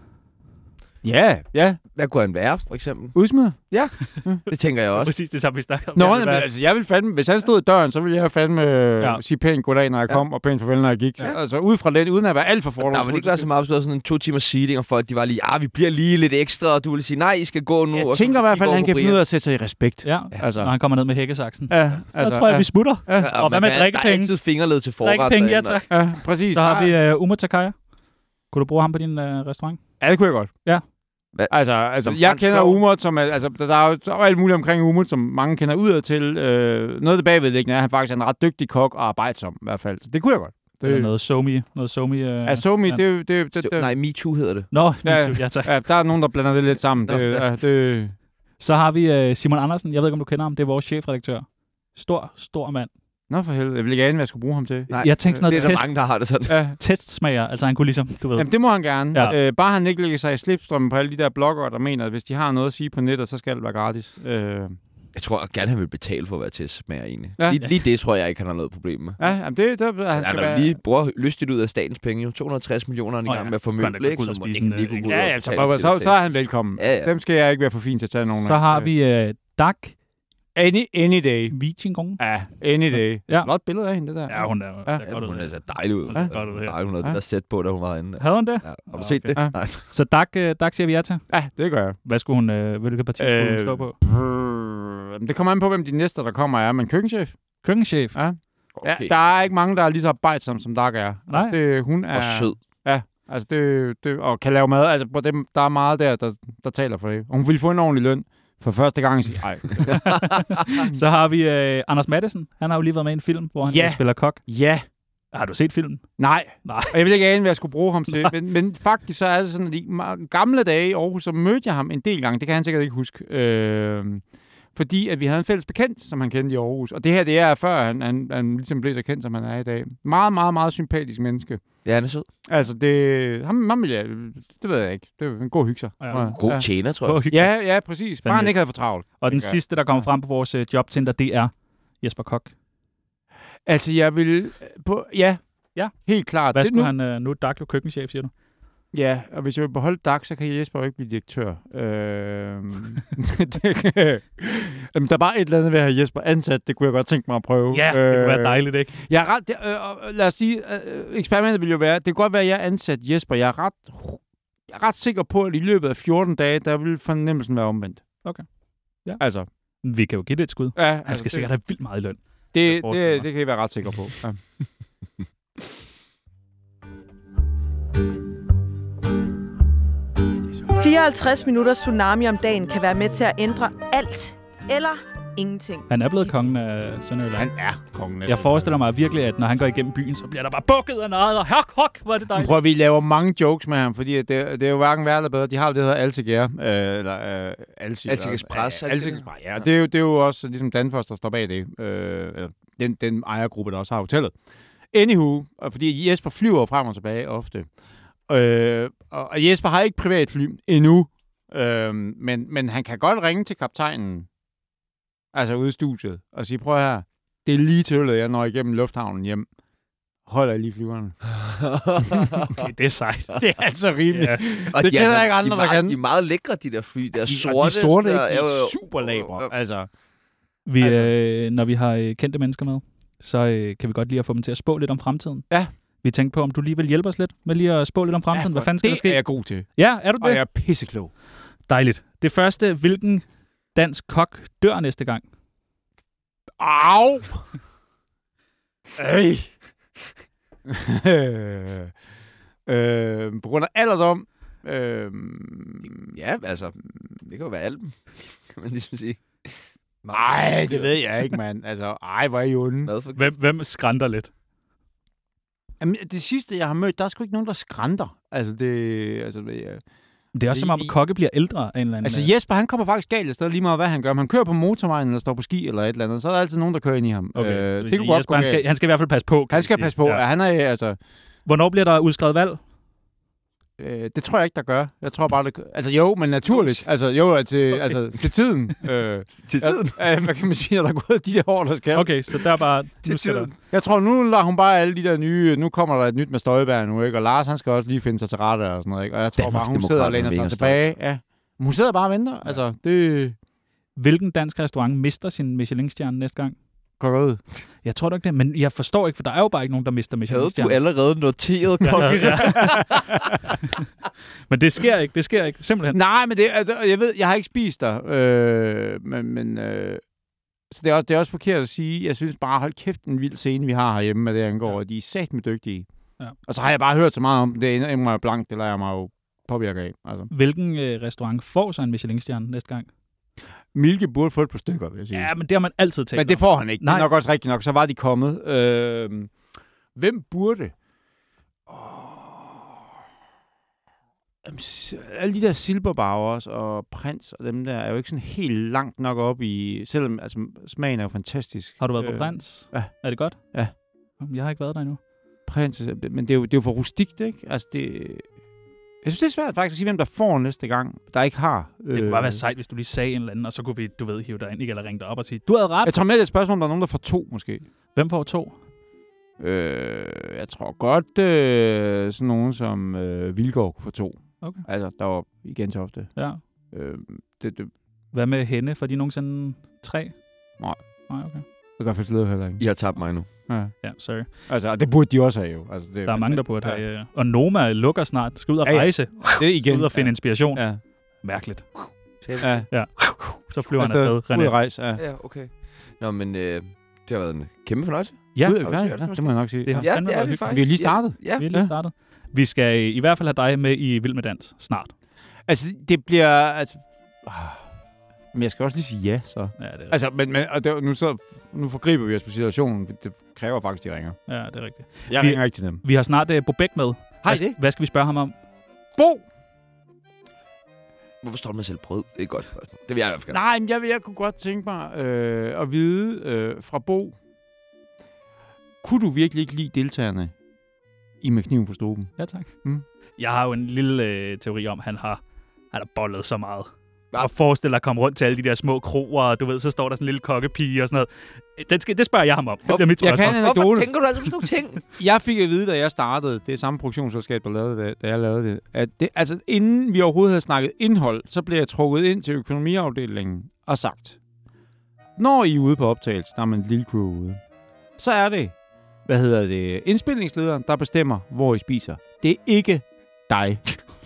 Ja, ja. Hvad kunne han være, for eksempel? Udsmider? Ja, det tænker jeg også. Præcis det samme, vi snakkede om. Nå, men, altså, jeg vil fandme, hvis han stod i døren, så ville jeg fandme ja. sige pænt goddag, når jeg kom, ja. og pænt farvel, når jeg gik. Ja. Altså, ud fra det, uden at være alt for fordomsfuld. Der vil ikke være så meget, hvis du havde sådan en to timers seating, og folk, de var lige, ah, vi bliver lige lidt ekstra, og du ville sige, nej, I skal gå nu. Jeg og tænker så, i hvert fald, at han kan Brian. finde ud af at sætte sig i respekt. Ja, altså. Når han kommer ned med hækkesaksen. Ja, så altså, tror jeg, ja. vi smutter. Ja. Ja. Og hvad med drikkepenge? Der er altid fingerled til forret. Drikkepenge, ja tak. Ja, præcis. Så har vi uh, Umar Takaya. Kunne du bruge ham på din uh, restaurant? Ja, det kunne jeg godt. Ja. Hva? Altså, altså jeg kender Umut, som er, altså, der er jo der er alt muligt omkring Umut, som mange kender udad til. Øh, noget af det bagvedliggende er, at han faktisk er en ret dygtig kok og arbejdsom i hvert fald. Så det kunne jeg godt. Det er noget Somi. Noget Somi. Øh, ja, Somi, ja. det, det, det, det... Nej, MeToo hedder det. Nå, ja, MeToo, ja tak. Ja, der er nogen, der blander det lidt sammen. det, ja, det... Så har vi uh, Simon Andersen. Jeg ved ikke, om du kender ham. Det er vores chefredaktør. Stor, stor mand. Nå for helvede. Jeg vil ikke ane, hvad jeg skulle bruge ham til. Nej, jeg tænkte sådan noget det er test, så mange, der har det sådan. Ja. Testsmager. Altså han kunne ligesom, du ved. Jamen det må han gerne. Ja. Øh, bare han ikke lægger sig i slipstrømmen på alle de der bloggere, der mener, at hvis de har noget at sige på nettet, så skal det være gratis. Øh... Jeg tror gerne, han vil betale for at være testsmager egentlig. Ja. Lige, lige det tror jeg ikke, han har noget problem med. Ja, jamen det, det, det han skal han være... lige bruger lystigt ud af statens penge. Jo. to hundrede og tres millioner en oh, gang ja. med at formøble, ikke? Så må ikke lige kunne gå ud ja, ja, så, så, så, så er han velkommen. Ja, ja. Dem skal jeg ikke være for fint til at tage nogen Så har vi uh, Dag. Any, any day. Vichingong. Ja, any day. Ja. Flot billede af hende, det der. Ja, hun er, ja. ja, godt hun ud. er så dejlig ud. Ja. Ja. Godt ud her. Dejlig, hun havde ja. det der sæt på, da hun var inde. Havde hun det? Ja. Har du set okay. det? Ja. Nej. Så Dag, Dag siger vi ja til? Ja, det gør jeg. Hvad skulle hun, øh, hvilket parti skulle øh, hun stå på? Øh, det kommer an på, hvem de næste, der kommer, er. Men køkkenchef. Køkkenchef? Ja. Okay. Ja, der er ikke mange, der er lige så arbejdsomme, som Dag er. Nej. Det, hun er... Og sød. Ja, altså det, det, og kan lave mad. Altså på dem, der er meget der, der, der taler for det. Og hun vil få en ordentlig løn for første gang. Nej. Så har vi øh, Anders Mattesen. Han har jo lige været med i en film, hvor han ja. spiller kok. Ja. Har du set filmen? Nej. Nej. Og jeg vil ikke ane, hvad jeg skulle bruge ham til. Men, men faktisk så er det sådan, at i gamle dage i Aarhus, så mødte jeg ham en del gange. Det kan han sikkert ikke huske. Øh, fordi at vi havde en fælles bekendt, som han kendte i Aarhus. Og det her, det er før han, han, han ligesom blev så kendt, som han er i dag. Meget, meget, meget sympatisk menneske. Ja, han er sød. Altså, det... Ham, ham vil jeg... Det ved jeg ikke. Det er en god hygge sig. Ja, god ja. tjener, tror jeg. Ja, ja, præcis. Bare han ikke havde for travlt. Og den sidste, der kommer frem på vores øh, jobtinder, det er Jesper Kok. Altså, jeg vil... På, ja. Ja. Helt klart. Hvad det, skulle nu, han... Øh, nu er Dag jo køkkenchef, siger du? Ja, og hvis jeg vil beholde Dag, så kan Jesper jo ikke blive direktør. Øh, det kan, Jamen, der er bare et eller andet ved at have Jesper ansat. Det kunne jeg godt tænke mig at prøve. Ja, det kunne være dejligt, ikke? Jeg er ret... Det, øh, lad os sige, øh, eksperimentet vil jo være... Det kan godt være, at jeg er ansat Jesper. Jeg er ret... Jeg er ret sikker på, at i løbet af fjorten dage, der vil fornemmelsen være omvendt. Okay. Ja. Altså. Vi kan jo give det et skud. Ja, Han altså, skal det, sikkert have vildt meget i løn. Det, det, det, det kan I være ret sikre på. Ja. fireoghalvtreds minutter Tsunami om dagen kan være med til at ændre alt eller ingenting. Han er blevet kongen af Sønderjylland. Han er kongen af Jeg forestiller mig virkelig, at når han går igennem byen, så bliver der bare bukket af noget, og hok, hok, hvor er det dejligt. Prøv at vi laver mange jokes med ham, fordi det, det er jo hverken værre eller bedre. De har jo det, der hedder Alsig Air, øh, eller øh, Alsig, Alsig Express. Øh, Alsig Express, ja. Det er, jo, det er jo også ligesom Danfoss, der står bag det. Øh, eller den, den ejergruppe, der også har hotellet. Anywho, fordi Jesper flyver frem og tilbage ofte. Øh, og Jesper har ikke privatfly endnu, øh, men, men han kan godt ringe til kaptajnen, altså ude i studiet, og sige, prøv her, det er lige til, at jeg når igennem lufthavnen hjem. Holder jeg lige flyveren. Okay, det er sejt. Det er altså rimeligt. Ja. Og det de kender jeg ikke andre, de der meget, kan. De er meget lækre, de der fly. De er de, sorte. De sorte, der, ikke? De er jo, super labre. Altså. Vi, altså. øh, når vi har øh, kendte mennesker med, så øh, kan vi godt lide at få dem til at spå lidt om fremtiden. Ja. Vi tænkte på, om du lige vil hjælpe os lidt med lige at spå lidt om fremtiden. Ja, Hvad fanden skal der ske? Det er jeg god til. Ja, er du det? Og jeg er pisseklog. Dejligt. Det første, hvilken dansk kok dør næste gang? Au! Ej! øh, på grund af alderdom. Øh, Ja, altså, det kan jo være Alben, kan man ligesom sige. Nej, det ved jeg ikke, mand. Altså, ej, hvor er I onde. Hvad for... Hvem, hvem skrænter lidt? Jamen, det sidste, jeg har mødt, der er sgu ikke nogen, der skrænter. Altså, det... Altså, jeg, Det er også som om, at Kokke bliver ældre af en eller anden... altså Jesper, han kommer faktisk galt af sted lige meget, hvad han gør. Om han kører på motorvejen, eller står på ski, eller et eller andet, så er der altid nogen, der kører ind i ham. Okay, øh, det, det kunne godt Jesper, gå han, skal, galt. han skal i hvert fald passe på. Han skal sige. passe på. Ja. Ja. Han er, altså... Hvornår bliver der udskrevet valg? Øh, det tror jeg ikke, der gør. Jeg tror bare, det... Altså, jo, men naturligt. Altså, jo, til, okay. altså, til tiden. Øh, Til tiden? Ja, hvad kan man sige, når der er gået de der år, der skal? Okay, så der er bare... Til nu skal der, tiden. Jeg tror, nu lader hun bare alle de der nye... Nu kommer der et nyt med Støjberg nu, ikke? Og Lars, han skal også lige finde sig til rette og sådan noget, ikke? Og jeg tror bare, hun sidder og læner sig tilbage. Ja. Hun sidder bare og venter. Ja. Altså, det... hvilken dansk restaurant mister sin Michelin-stjerne næste gang? går ud. Jeg tror nok det, men jeg forstår ikke, for der er jo bare ikke nogen, der mister Michelin-stjerne. Havde du allerede noteret, Ja, Kokke? ja. Men det sker ikke, det sker ikke, simpelthen. Nej, men det, altså, jeg ved, jeg har ikke spist der, øh, men, men øh, så det er, også, det er også forkert at sige. Jeg synes bare, hold kæft, en vild scene, vi har herhjemme, med det angår, ja. Og de er satme dygtige. Ja. Og så har jeg bare hørt så meget om det, det er mig blankt, det lader jeg mig jo påvirke af. Altså. Hvilken øh, restaurant får så en Michelin-stjerne næste gang? Milke burde få et par stykker, vil jeg sige. Ja, men det har man altid talt Men det får han ikke. Nej. Det er nok også rigtigt nok. Så var de kommet. Øh, hvem burde? Oh. Jamen, alle de der Silberbauers og Prins og dem der er jo ikke sådan helt langt nok op i... Selvom altså, smagen er jo fantastisk. Har du været på Øh, Prins? Ja. Er det godt? Ja. Jeg har ikke været der endnu. Prins, men det er jo, det er jo for rustikt, ikke? Altså, det... Jeg synes, det er svært faktisk at sige, hvem der får næste gang, der ikke har. Det kunne bare være sejt, hvis du lige sagde en eller anden, og så kunne vi, du ved, hive dig ind, ikke? Eller ringe dig op og sige, du havde ret. Jeg tror med, det er et spørgsmål, om der er nogen, der får to, måske. Hvem får to? Øh, jeg tror godt, øh, sådan nogen som øh, Vilgaard kunne få to. Okay. Altså, der var igen så ofte. Ja. Øh, det, det, Hvad med hende? Får de nogensinde tre? Nej. Nej, okay. det gør faktisk lidt heller ikke. I har tabt mig nu. Ja. Ja, sorry. Altså, og det burde de også have jo. Altså, det, Der er mange, der burde ja. have. Ja. Og Noma lukker snart. Skal ud og Ja, ja. rejse. Det er igen. Skal ud og finde inspiration. Ja. Mærkeligt. Ja. Så flyver han Afsted. afsted. Ud at René. rejse, ja. Ja, okay. Nå, men øh, det har været en kæmpe fornøjelse. Ja, Ud har at vi færdig. set Ja, det det må jeg nok sige. det har Ja. fandme været hyggeligt. Vi har lige startet. Ja, ja. Vi er lige startet. Vi skal i hvert fald have dig med i Vild med Dans snart. Altså, det bliver... Altså, ah, men jeg skal også lige sige ja, så. Ja, det er, Altså, men, men og det, nu, så, nu forgriber vi os på situationen. Det kræver faktisk, de ringer. ja, det er rigtigt. Jeg Vi- ringer ikke til dem. Vi har snart uh, Bobek med. Har I Hvad, det? hvad skal vi spørge ham om? Bo! Hvorfor står du med selv brød? Det er et godt spørgsmål. Det vil jeg i hvert fald. Nej, men jeg, jeg kunne godt tænke mig øh, at vide øh, fra Bo. Kunne du virkelig ikke lide deltagerne i Med kniven på struben? Ja, tak. Mm. Jeg har jo en lille øh, teori om, at han har, han har bollet så meget. Hva? Og forestil dig at komme rundt til alle de der små kroer, og du ved, så står der sådan en lille kokkepige og sådan noget. Den skal, det spørger jeg ham om. Det bliver mit Jeg spørgsmål. kan en Hvorfor anekdote. tænker du altid på sådan nogle ting? Jeg fik at vide, da jeg startede, det er samme produktionsselskab, der lavede det, da jeg lavede det, at det, altså inden vi overhovedet havde snakket indhold, så blev jeg trukket ind til økonomiafdelingen og sagt, når I er ude på optagelse, der er man et lille crew ude, så er det, hvad hedder det, indspilningslederen, der bestemmer, hvor I spiser. Det er ikke dig.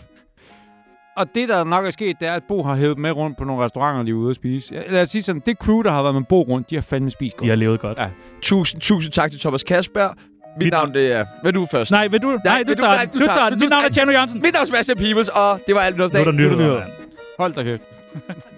Og det, der nok er sket, det er, at Bo har hævet med rundt på nogle restauranter, de er ude at spise. Ja, lad os sige sådan, det crew, der har været med Bo rundt, de har fandme spist godt. De har levet godt. Ja. Tusind, tusind tak til Thomas Kasberg. Mit Mit navn, det er... Hvad er du først? Nej, vil du? Nej, nej du, vil du- tager nej, den. du Du tager tager den. den. Mit Du- navn er Tjerno Jørgensen. Mit navn er Sebastian Peebles, og det var alt noget for Nu er dag. der nyheder, nyheder. mand. Hold da kæft.